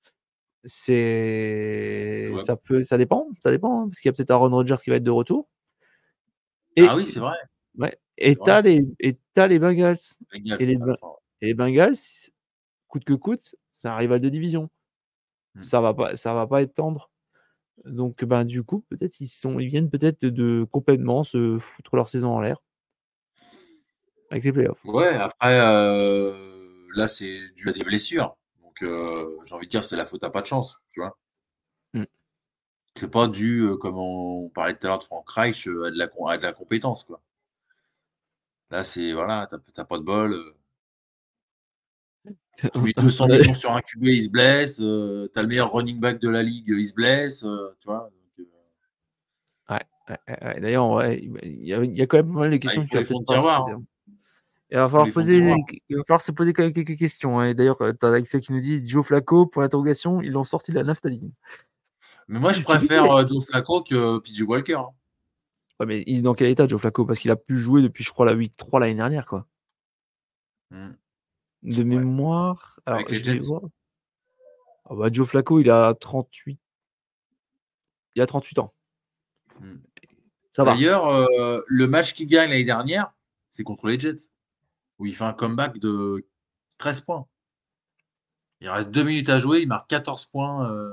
c'est, Ouais. ça peut, ça dépend, ça dépend, hein, parce qu'il y a peut-être Aaron Rodgers qui va être de retour. Ah Et, oui, c'est vrai. ouais, et C'est vrai. t'as les, et t'as les Bengals. Bengals, Et les, à la Be- fin. et les Bengals, coûte que coûte, c'est un rival de division. Hmm. Ça va pas, ça va pas être tendre. Donc, ben, du coup, peut-être ils sont, ils viennent peut-être de complètement se foutre leur saison en l'air avec les playoffs. Ouais, après, euh, là, c'est dû à des blessures. Donc, euh, j'ai envie de dire, c'est la faute à pas de chance, tu vois. Mm. C'est pas dû, euh, comme on parlait tout à l'heure de Frank Reich, euh, à de la, à de la compétence, quoi. Là, c'est, voilà, t'as t'as pas de bol. euh, Tu mets deux cents On a- millions sur un Q B, il se blesse. Euh, t'as le meilleur running back de la ligue, il se blesse. euh, tu vois. Donc, euh, Ouais, ouais, ouais, ouais. D'ailleurs, ouais, il y, a, il y a quand même pas mal de ah, il questions faut qu'il va les fonds peut-être de falloir se tiroir. poser, Hein. hein. Il va Il faut falloir les fonds de poser, tiroir. il va falloir se poser quand même quelques questions, hein. Et d'ailleurs, tu as Alexia qui nous dit Joe Flacco, pour l'interrogation, ils l'ont sorti de la naphtaline. Mais moi, je Je sais plus qui préfère est. euh, Joe Flacco que P J Walker. Hein. Ouais, mais il est dans quel état, Joe Flacco? Parce qu'il a pu jouer depuis, je crois, la week trois l'année dernière, quoi. Hmm. De Ouais. mémoire. Alors, Avec les je vais Jets. voir. Ah bah, Joe Flacco, il a trente-huit. Il a trente-huit ans. Hmm. Ça va. D'ailleurs, euh, le match qu'il gagne l'année dernière, c'est contre les Jets, où il fait un comeback de treize points. Il reste deux minutes à jouer, il marque quatorze points. euh,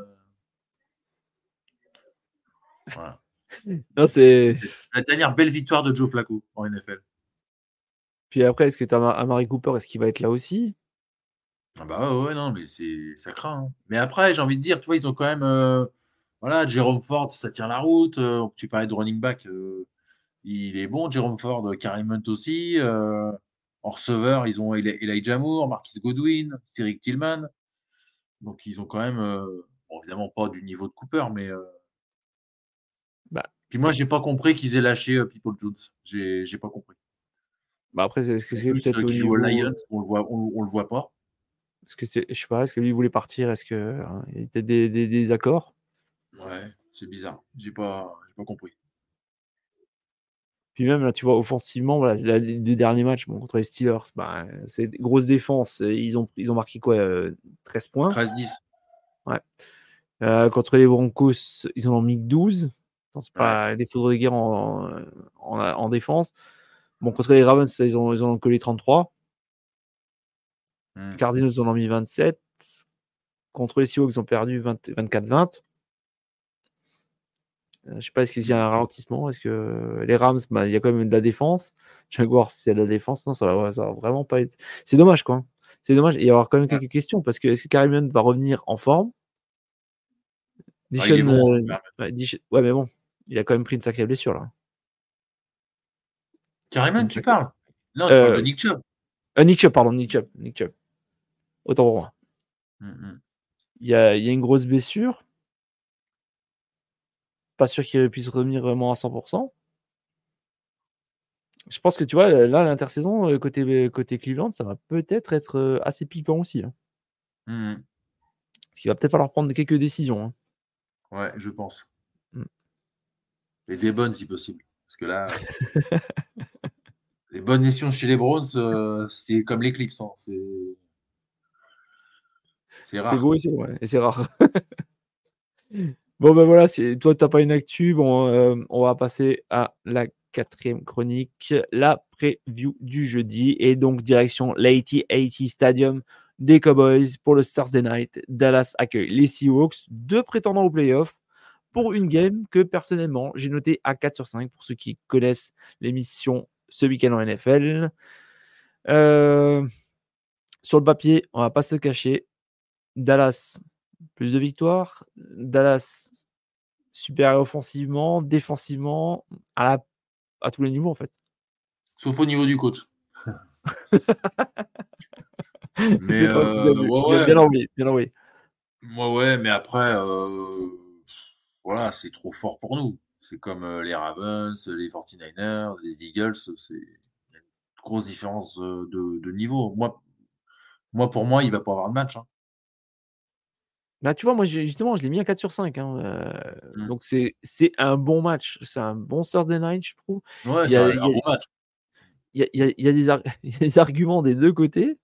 Voilà. Non, C'était c'est. la dernière belle victoire de Joe Flacco en N F L. Puis après, est-ce que tu as Amari Cooper? Est-ce qu'il va être là aussi? Ah bah ouais, ouais, non, mais c'est ça craint. Hein. Mais après, j'ai envie de dire, tu vois, ils ont quand même. euh, Voilà, Jerome Ford, ça tient la route. euh, tu parlais de running back, euh, il est bon, Jerome Ford. Kareem Hunt aussi. euh, en receveur, ils ont Eli- Elijah Moore, Marquis Godwin, Cedric Tillman. Donc, ils ont quand même. euh, bon, évidemment, pas du niveau de Cooper, mais. euh, Bah, Puis moi, j'ai pas compris qu'ils aient lâché euh, People Jones. J'ai j'ai pas compris. bah après, est-ce que En c'est plus, peut-être euh, au qui joue aux niveau. Lions, on le voit, on, on le voit pas. Est-ce que c'est. Je sais pas, est-ce que lui voulait partir? Est-ce que. Hein, il y a peut-être des, des, des accords? Ouais, c'est bizarre. J'ai pas, j'ai pas compris. Puis même, là, tu vois, offensivement, voilà, là, les deux derniers matchs bon, contre les Steelers, bah, c'est des grosses défenses. Ils ont, ils ont marqué quoi euh, treize points. treize dix. Ouais. Euh, contre les Broncos, ils en ont mis douze. Non, c'est Ouais. pas des foudres de guerre en, en, en défense. Bon, contre les Ravens, ils ont, ils en ont collé trente-trois. Hmm. Les Cardinals, ils en ont mis vingt-sept. Contre les Seahawks, ils ont perdu vingt-quatre vingt. Euh, je ne sais pas, est-ce qu'il y a un ralentissement? Est-ce que les Rams, bah, il y a quand même de la défense. Jaguars, s'il y a de la défense, non, ça va, ça va vraiment pas être. C'est dommage, quoi. C'est dommage. Et il y avoir quand même Ouais. quelques questions parce que est-ce que Kareem Hunt va revenir en forme? Ah, il est Dishon, bon. euh, Hein, ouais, Dish- ouais, mais bon, il a quand même pris une sacrée blessure là. Carrément, Une tu sacrée- parles. Non, tu parles de Euh, Nick Chubb. euh, Nick Chubb, pardon, Nick Chubb, Nick Chubb. Autant pour moi. Hmm, hmm. Il y a, il y a une grosse blessure. Pas sûr qu'il puisse revenir vraiment à cent pour cent. Je pense que tu vois, là, l'intersaison, euh, côté, côté Cleveland, ça va peut-être être euh, assez piquant aussi, hein. Hmm, hmm. Parce qu'il va peut-être falloir prendre quelques décisions, hein. Ouais, je pense. Mm. Et des bonnes si possible. Parce que là, les bonnes décisions chez les Browns, euh, c'est comme l'éclipse. Hein. C'est, c'est C'est rare, beau et quoi. c'est ouais, et c'est rare. Bon, ben voilà, si toi, tu n'as pas une actu, bon, euh, on va passer à la quatrième chronique, la preview du jeudi. Et donc, direction l'A T and T Stadium des Cowboys pour le Thursday Night. Dallas accueille les Seahawks, deux prétendants aux playoffs, pour une game que personnellement, j'ai noté à quatre sur cinq pour ceux qui connaissent l'émission ce week-end en N F L. Euh, sur le papier, on va pas se cacher. Dallas, plus de victoires. Dallas, super offensivement, défensivement, à, la, à tous les niveaux en fait. Sauf au niveau du coach. Mais C'est drôle, bien euh, vu, ouais, bien, ouais. bien envoyé, bien envoyé. Ouais, ouais, mais après, euh, voilà, c'est trop fort pour nous. C'est comme euh, les Ravens, les forty-niners, les Eagles, c'est il y a une grosse différence euh, de, de niveau. Moi, moi, pour moi, il va pas avoir de match. Hein. Bah, tu vois, moi, j'ai justement, je l'ai mis à quatre sur cinq, hein, heu, Mmh. donc c'est c'est un bon match. C'est un bon Thursday night, je trouve. Ouais, Il y c'est a un il y un a bon match. il y a il y a il y a des ar il y a des arguments des deux côtés.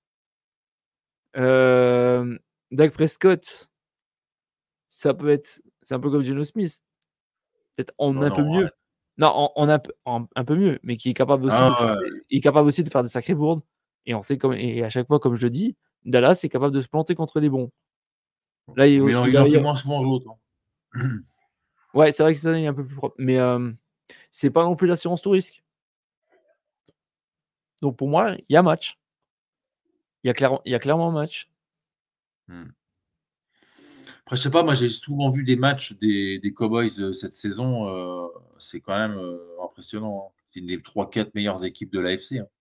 Hem, Dak Prescott ça peut être c'est un peu comme Geno Smith, peut-être en Bah, un peu non, mieux. arrête. Non, en en un peu en un peu mieux, mais qui est capable aussi Ah de faire ouais, ouais. des il est capable aussi de faire des sacrées bourdes et on sait comme et à chaque fois, comme je le dis, Dallas est capable de se planter contre des bons. Là, il Mais il en il il va en y fait a moins souvent que l'autre, hein. ouais, c'est vrai que cette année, il est un peu plus propre, mais hem, c'est pas non plus l'assurance tout risque. Donc pour moi, il y a match. Il y a clairement il y a clairement match. Mmh. Après, je sais pas, moi, j'ai souvent vu des matchs des des Cowboys, heu, cette saison, heu, c'est quand même, heu, impressionnant, hein. C'est une des trois quatre meilleures équipes de l'A F C, hein.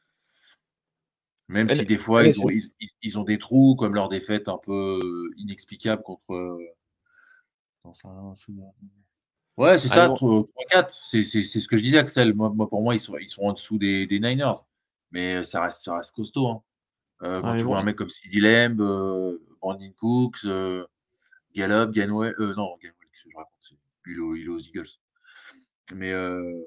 Même si N des fois ils ont NFC ils ils ils ont des trous comme leur défaite un peu, heu, inexplicable contre, heu, attends ça ouais, c'est ah, ils ça, vont trois quatre, c'est c'est c'est ce que je disais, Axel. Moi moi, pour moi, ils sont ils sont en dessous des des Niners, mais ça reste ça reste costaud, hein. Heu, ah, quand mais tu bon, vois un i mec comme CeeDee Lamb, heu, Brandin Cooks, heu, Gallup, Gainwell, heu, non, Gainwell, qu'est-ce que je raconte? C'est il est aux il est aux Eagles. Mais, heu,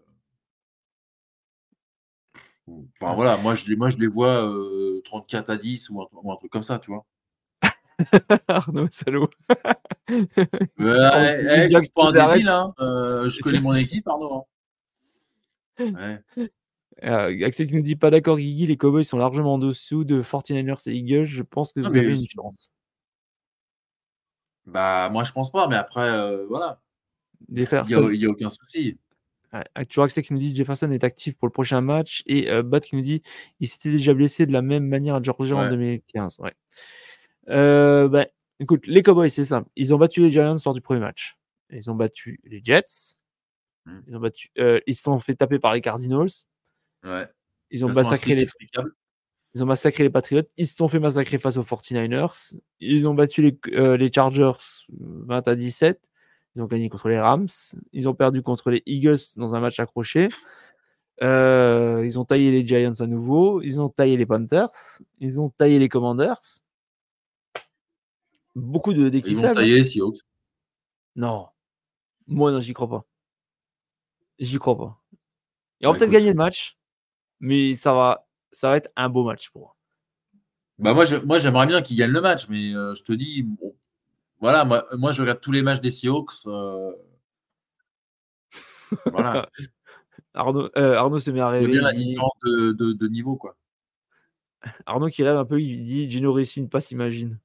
enfin ouais. voilà, moi je les moi je les vois, heu, trente-quatre à dix ou un ou un truc comme ça, tu vois? Arnaud, salaud. Heu, Pendant eh qu'il nous eh, je dit suis pas un Axel arrête débile, hein, heu, je connais mon équipe, Arnaud, hein. Ouais. Heu, Axel qui nous dit: «Pas d'accord Guigui, les Cowboys sont largement en dessous de forty-niners et Eagles, je pense que Non vous mais avez une chance». bah, moi je pense pas, mais après, heu, voilà, il y a Jefferson il y a aucun souci. ouais, ah, toujours Axel qui nous dit: «Jefferson est actif pour le prochain match» et heu, Bat qui nous dit: «Il s'était déjà blessé de la même manière à Georgia en Ouais. deux mille quinze». Ouais. Heu, bah, écoute, les Cowboys, c'est simple. Ils ont battu les Giants lors du premier match. Ils ont battu les Jets. Mmh. Ils ont battu, heu, ils se sont fait taper par les Cardinals. Ouais. Ils ont De façon assez massacré les inexplicable. ils ont massacré les Patriots. Ils se sont fait massacrer face aux forty-niners. Ils ont battu les heu, les Chargers vingt à dix-sept. Ils ont gagné contre les Rams. Ils ont perdu contre les Eagles dans un match accroché. Heu, ils ont taillé les Giants à nouveau. Ils ont taillé les Panthers. Ils ont taillé les Commanders. Beaucoup de Et ils d'équipes vont faibles, hein. tailler les Seahawks. Non, moi non, j'y crois pas. J'y crois pas. Ils vont Bah, peut-être gagner écoute, le match, mais ça va ça va être un beau match pour moi. bah, moi je moi j'aimerais bien qu'ils gagnent le match, mais, heu, je te dis, bon, voilà, moi moi je regarde tous les matchs des Seahawks, heu, voilà. Arnaud, heu, Arnaud se met à Je vois rêver, bien il la dit différence de de de niveau, quoi. Arnaud qui rêve un peu, il dit: «Gino réussit une passe Imagine».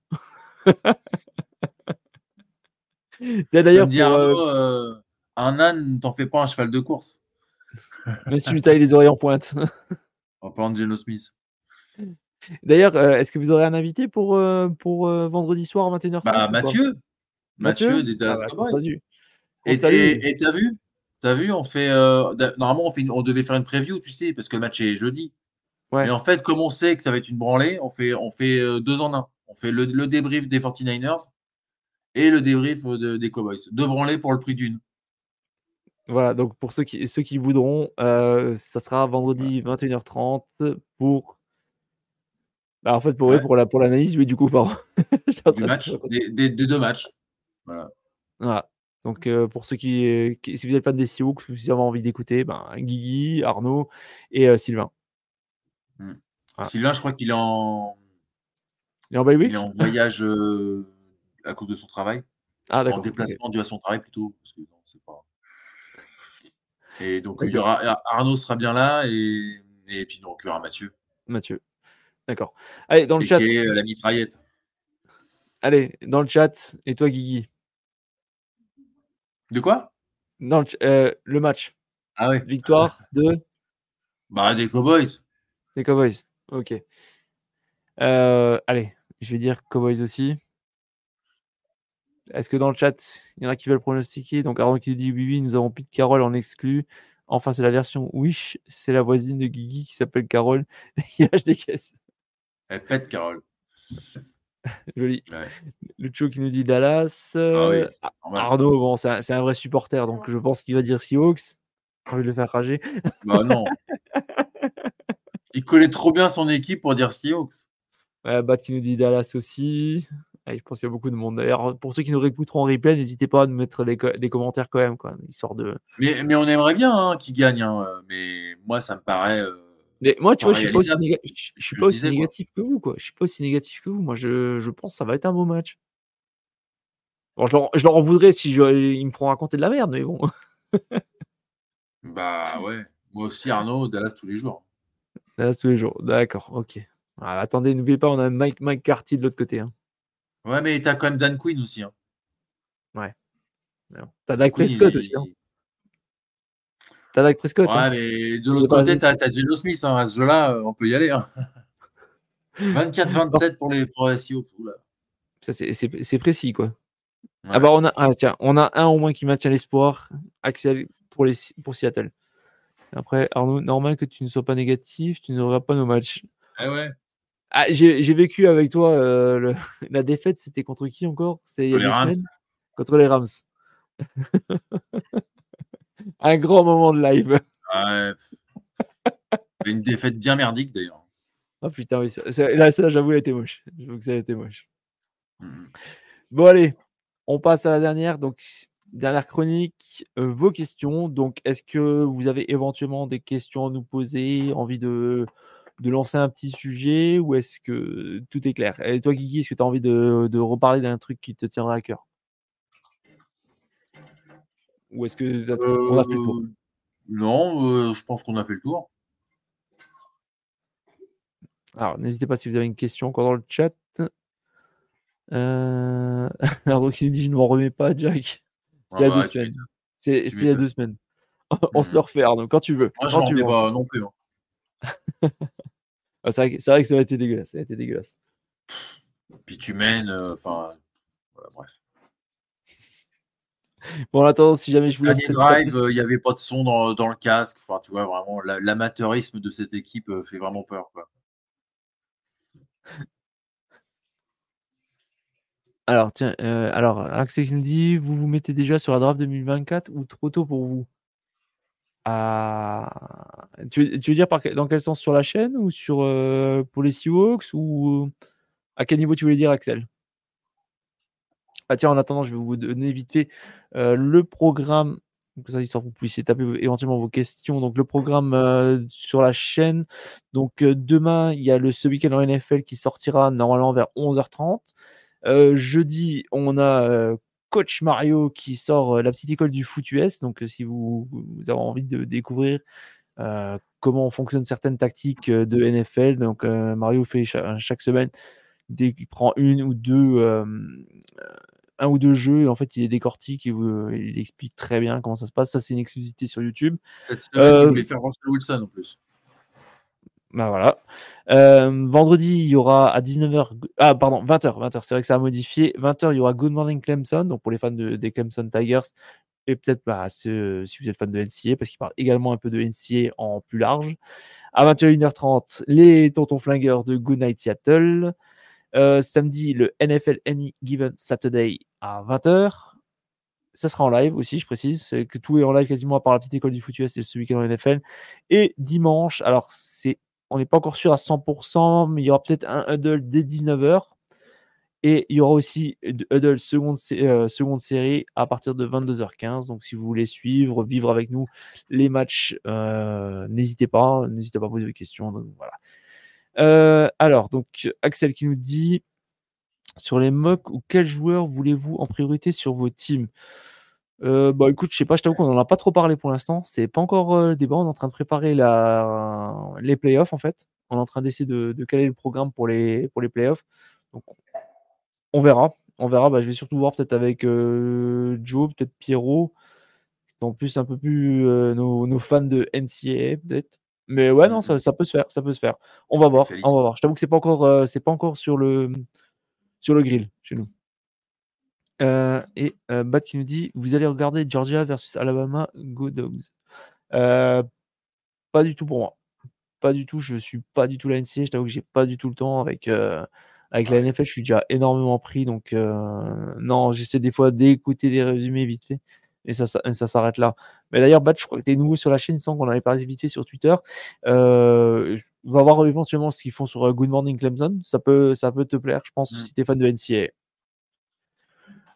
Tiens Comme d'ailleurs dit pour, Arnaud, heu, heu: «Un âne, t'en fais pas un cheval de course». même si tu lui tailles les oreilles en pointe. En parlant de Geno Smith. D'ailleurs, heu, est-ce que vous aurez un invité pour, heu, pour, heu, vendredi soir à vingt et une heures Bah, trente ou pas? Mathieu, Mathieu? Mathieu des Ah Dallas bah qu'on Cowboys. salue, qu'on Et salue. et et tu as vu? Tu as vu, on fait, heu, da normalement on fait une on devait faire une preview, tu sais? Parce que le match est jeudi. Mais Ouais, en fait, comme on sait que ça va être une branlée, on fait on fait, heu, deux en un. On fait le le débrief des forty-niners et le débrief, heu, de des Cowboys. deux branlées pour le prix d'une. voilà donc pour ceux qui ceux qui voudront, heu, ça sera Voilà. vendredi vingt et une heures trente pour bah, en fait pour oui, Ouais, pour la pour l'analyse, oui, du coup, pardon. J'étais en du train de match, des des des deux matchs. Voilà. voilà, donc heu, pour ceux qui, heu, qui si vous êtes fan des Seahawks ou si vous avez envie d'écouter, ben, Guigui, Arnaud et heu, Sylvain. Mmh. Voilà. Sylvain, je crois qu'il est en Il est en bye il est week? en voyage, heu, à cause de son travail. Ah En d'accord, OK. déplacement dû à son travail plutôt, parce que non, c'est pas et donc il y OK, aura Ar Arnaud sera bien là et et puis donc il y aura Mathieu, Mathieu, d'accord. Allez dans le et qui chat est, heu, la mitraillette. allez, dans le chat et toi Guigui, De quoi? dans le ch heu, le match, Ah ouais, victoire de bah, des Cowboys. des Cowboys. OK. Heu, allez, je vais dire Cowboys aussi. Est-ce que dans le chat, il y en a qui veulent pronostiquer? Donc Aaron qui dit: «Oui, oui, nous avons Pete Carroll en exclu. Enfin, c'est la version Wish, c'est la voisine de Guigui qui s'appelle Carole qui lâche des caisses». Elle pète Carole. Joli. Ouais. Lucho qui nous dit Dallas, Ah heu, oui, A normal. Arnaud, bon, c'est un c'est un vrai supporter, donc je pense qu'il va dire Seahawks. J'ai envie de le faire rager. Bah, non, il connaît trop bien son équipe pour dire Seahawks. Ouais, Bat qui nous dit Dallas aussi. Ouais, je pense qu'il y a beaucoup de monde. D'ailleurs, pour ceux qui nous réécouteront en replay, n'hésitez pas à nous mettre des, co- des commentaires quand même, quoi, histoire de. Mais, mais on aimerait bien hein, qu'ils gagnent. Hein, euh, mais moi, ça me paraît euh, Mais moi, tu pas vois, je suis pas aussi réalisable. néga- je je C'est ce suis que pas je aussi disais, quoi. négatif que vous, quoi. Je suis pas aussi négatif que vous. Moi, je, je pense que ça va être un beau match. Bon, je leur, je leur en voudrais si je, ils me feront raconter de la merde, mais bon. Bah ouais. Moi aussi, Arnaud, Dallas tous les jours. Là, tous les jours. D'accord, ok. Ah, attendez, n'oubliez pas, on a Mike Mike Carty de l'autre côté. Hein. Ouais, mais t'as quand même Dan Quinn aussi. Hein. Ouais. Mais bon. T'as Dan Dak Quinn, Prescott aussi. Hein. il... T'as Dak Prescott. Hein. Ouais, mais de Il est l'autre pas- côté, t'as as Geno Smith. Hein. À ce jeu-là, euh, on peut y aller. Hein. vingt-quatre Non, vingt-sept pour les pour les Seahawks. Oula. ça, c'est- c'est c'est précis, quoi. Ah Ouais. bah on a ah, tiens, on a un au moins qui maintient l'espoir. Axel pour les pour Seattle. Après Arnaud, normal que tu ne sois pas négatif, tu ne regardes pas nos matchs. Eh ouais. Ah, j'ai j'ai vécu avec toi euh, le- la défaite, c'était contre qui encore? C'est il y Pour a les deux Rams. semaines contre les Rams. Un grand moment de live. Ouais. Une défaite bien merdique d'ailleurs. Ah putain oui, ça, ça- là ça j'avoue elle était moche. J'avoue que ça a été moche. Mhm. Bon allez, on passe à la dernière donc dernière chronique, euh, vos questions. Donc est-ce que vous avez éventuellement des questions à nous poser, envie de de lancer un petit sujet ou est-ce que tout est clair? Et toi Guigui, est-ce que tu as envie de, de reparler d'un truc qui te tiendra à cœur? Ou est-ce que t'as- on a fait le tour? Euh, non, euh, je pense qu'on a fait le tour. Alors, n'hésitez pas si vous avez une question encore dans le chat. Euh... Alors, donc, il dit, je ne m'en remets pas, Jack. C'est Ah il y a deux bah, tu semaines. m'étonnes. C'est Tu c'est il y a deux m'étonnes. semaines. On se le Mhm. refait, donc quand tu veux. Moi, je Quand m'en tu remets veux, on se le pas refait. non plus. Hein. Ah, c'est vrai, que- c'est vrai que ça a été dégueulasse. Ça a été dégueulasse. Puis tu mènes, euh, enfin, voilà, bref. Bon, en attendant, si jamais je vous laisse Dernier peut-être taper. drive, il n'y avait pas de son dans, dans le casque. Enfin, tu vois, vraiment, la- l'amateurisme de cette équipe euh, fait vraiment peur. Quoi. Alors, tiens, euh, alors, Axel qui nous dit, vous vous mettez déjà sur la draft deux mille vingt-quatre ou trop tôt pour vous? Ah, tu, tu veux dire par, que- dans quel sens? Sur la chaîne ou sur euh, pour les Seahawks ou à quel niveau tu voulais dire, Axel? Ah tiens, en attendant, je vais vous donner vite fait euh, le programme. Comme ça, histoire que vous puissiez taper éventuellement vos questions. Donc, le programme euh, sur la chaîne. Donc, euh, demain, il y a le ce week-end en N F L qui sortira normalement vers onze heures trente. Euh, jeudi, on a euh, Coach Mario qui sort euh, la petite école du foot U S. Donc, euh, si vous, vous avez envie de découvrir euh, comment fonctionnent certaines tactiques euh, de N F L, donc euh, Mario fait cha- chaque semaine, dès qu'il prend une ou deux. euh, un ou deux jeux et en fait il les décortique et vous, il explique très bien comment ça se passe. Ça c'est une exclusivité sur YouTube. Cette semaine, il Euh, voulait faire Russell Wilson en plus. bah voilà. Euh, vendredi il y aura à dix-neuf heures, ah pardon vingt heures, vingt heures, c'est vrai que ça a modifié. vingt heures il y aura Good Morning Clemson, donc pour les fans de, des Clemson Tigers et peut-être bah, ce, si vous êtes fan de N C A A parce qu'il parle également un peu de N C A A en plus large. À vingt et une heures trente les Tontons Flingueurs de Good Night Seattle. Euh, samedi, le N F L Any Given Saturday à vingt heures. Ça sera en live aussi, je précise. C'est que tout est en live quasiment à part la petite école du foot U S et ce week-end en N F L. Et dimanche, alors c'est, on n'est pas encore sûr à cent pour cent, mais il y aura peut-être un huddle dès dix-neuf heures. Et il y aura aussi huddle seconde, euh, seconde série à partir de vingt-deux heures quinze. Donc si vous voulez suivre, vivre avec nous les matchs, euh, n'hésitez pas. N'hésitez pas à poser des questions. Donc, voilà. Euh, alors, donc Axel qui nous dit sur les mocks ou quels joueurs voulez-vous en priorité sur vos teams? Euh, bah écoute, je sais pas, je t'avoue qu'on en a pas trop parlé pour l'instant. C'est pas encore euh, le débat. On est en train de préparer la... les playoffs en fait. On est en train d'essayer de, de caler le programme pour les, pour les playoffs. Donc on verra. On verra. Bah, je vais surtout voir peut-être avec euh, Joe, peut-être Pierrot. En plus, un peu plus euh, nos, nos fans de N C A A peut-être. Mais ouais, non, ça, Mhm. ça peut se faire. Ça peut se faire. On va voir. On Spécialiste. va voir. Je t'avoue que c'est pas encore, euh, c'est pas encore sur le, sur le grill chez nous. Euh, et euh, Bat qui nous dit vous allez regarder Georgia versus Alabama, Go Dogs. Euh, pas du tout pour moi. Pas du tout. Je suis pas du tout la N C A A. Je t'avoue que j'ai pas du tout le temps avec euh, avec Ah la ouais. N F L. Je suis déjà énormément pris. Donc euh, non, j'essaie des fois d'écouter des résumés vite fait. Et ça, ça, ça s'arrête là. Mais d'ailleurs, Bat, je crois que tu es nouveau sur la chaîne. Il me semble qu'on en avait parlé vite fait sur Twitter. Euh, on va voir éventuellement ce qu'ils font sur Good Morning Clemson. Ça peut, ça peut te plaire, je pense, Mhm. si tu es fan de N C A A.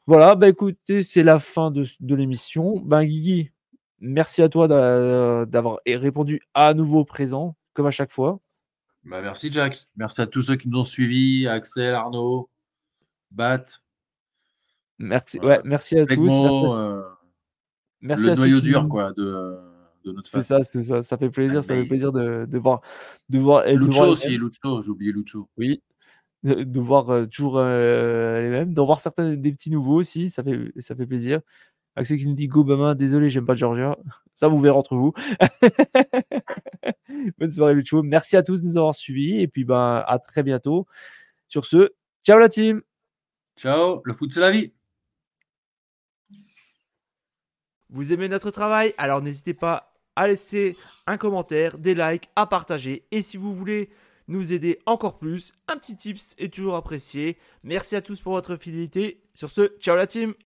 Voilà, bah écoutez, c'est la fin de, de l'émission. Ben Guigui, merci à toi d'a, d'avoir répondu à nouveau présent, comme à chaque fois. Bah, merci Jack. Merci à tous ceux qui nous ont suivis, Axel, Arnaud, Bat. Merci, Voilà. ouais, merci à tous. Merci Pegmo, à, euh, merci le à ceux noyau qui dur nous. quoi, de, de notre C'est fan. ça, c'est ça. Ça fait plaisir, ça fait Fanbase. plaisir de, de voir, de voir, de voir Lucho les aussi, mêmes. Lucho, j'ai oublié Lucho. Oui, de, de voir euh, toujours euh, les mêmes, d'en voir certains des petits nouveaux aussi, ça fait, ça fait plaisir. Axel qui nous dit Go Bama, désolé, j'aime pas Georgia. Ça, vous verrez entre vous. Bonne soirée, Lucho. Merci à tous de nous avoir suivis. Et puis, ben, à très bientôt. Sur ce, ciao la team. Ciao, le foot c'est la vie. Vous aimez notre travail? Alors n'hésitez pas à laisser un commentaire, des likes, à partager. Et si vous voulez nous aider encore plus, un petit tips est toujours apprécié. Merci à tous pour votre fidélité. Sur ce, ciao la team.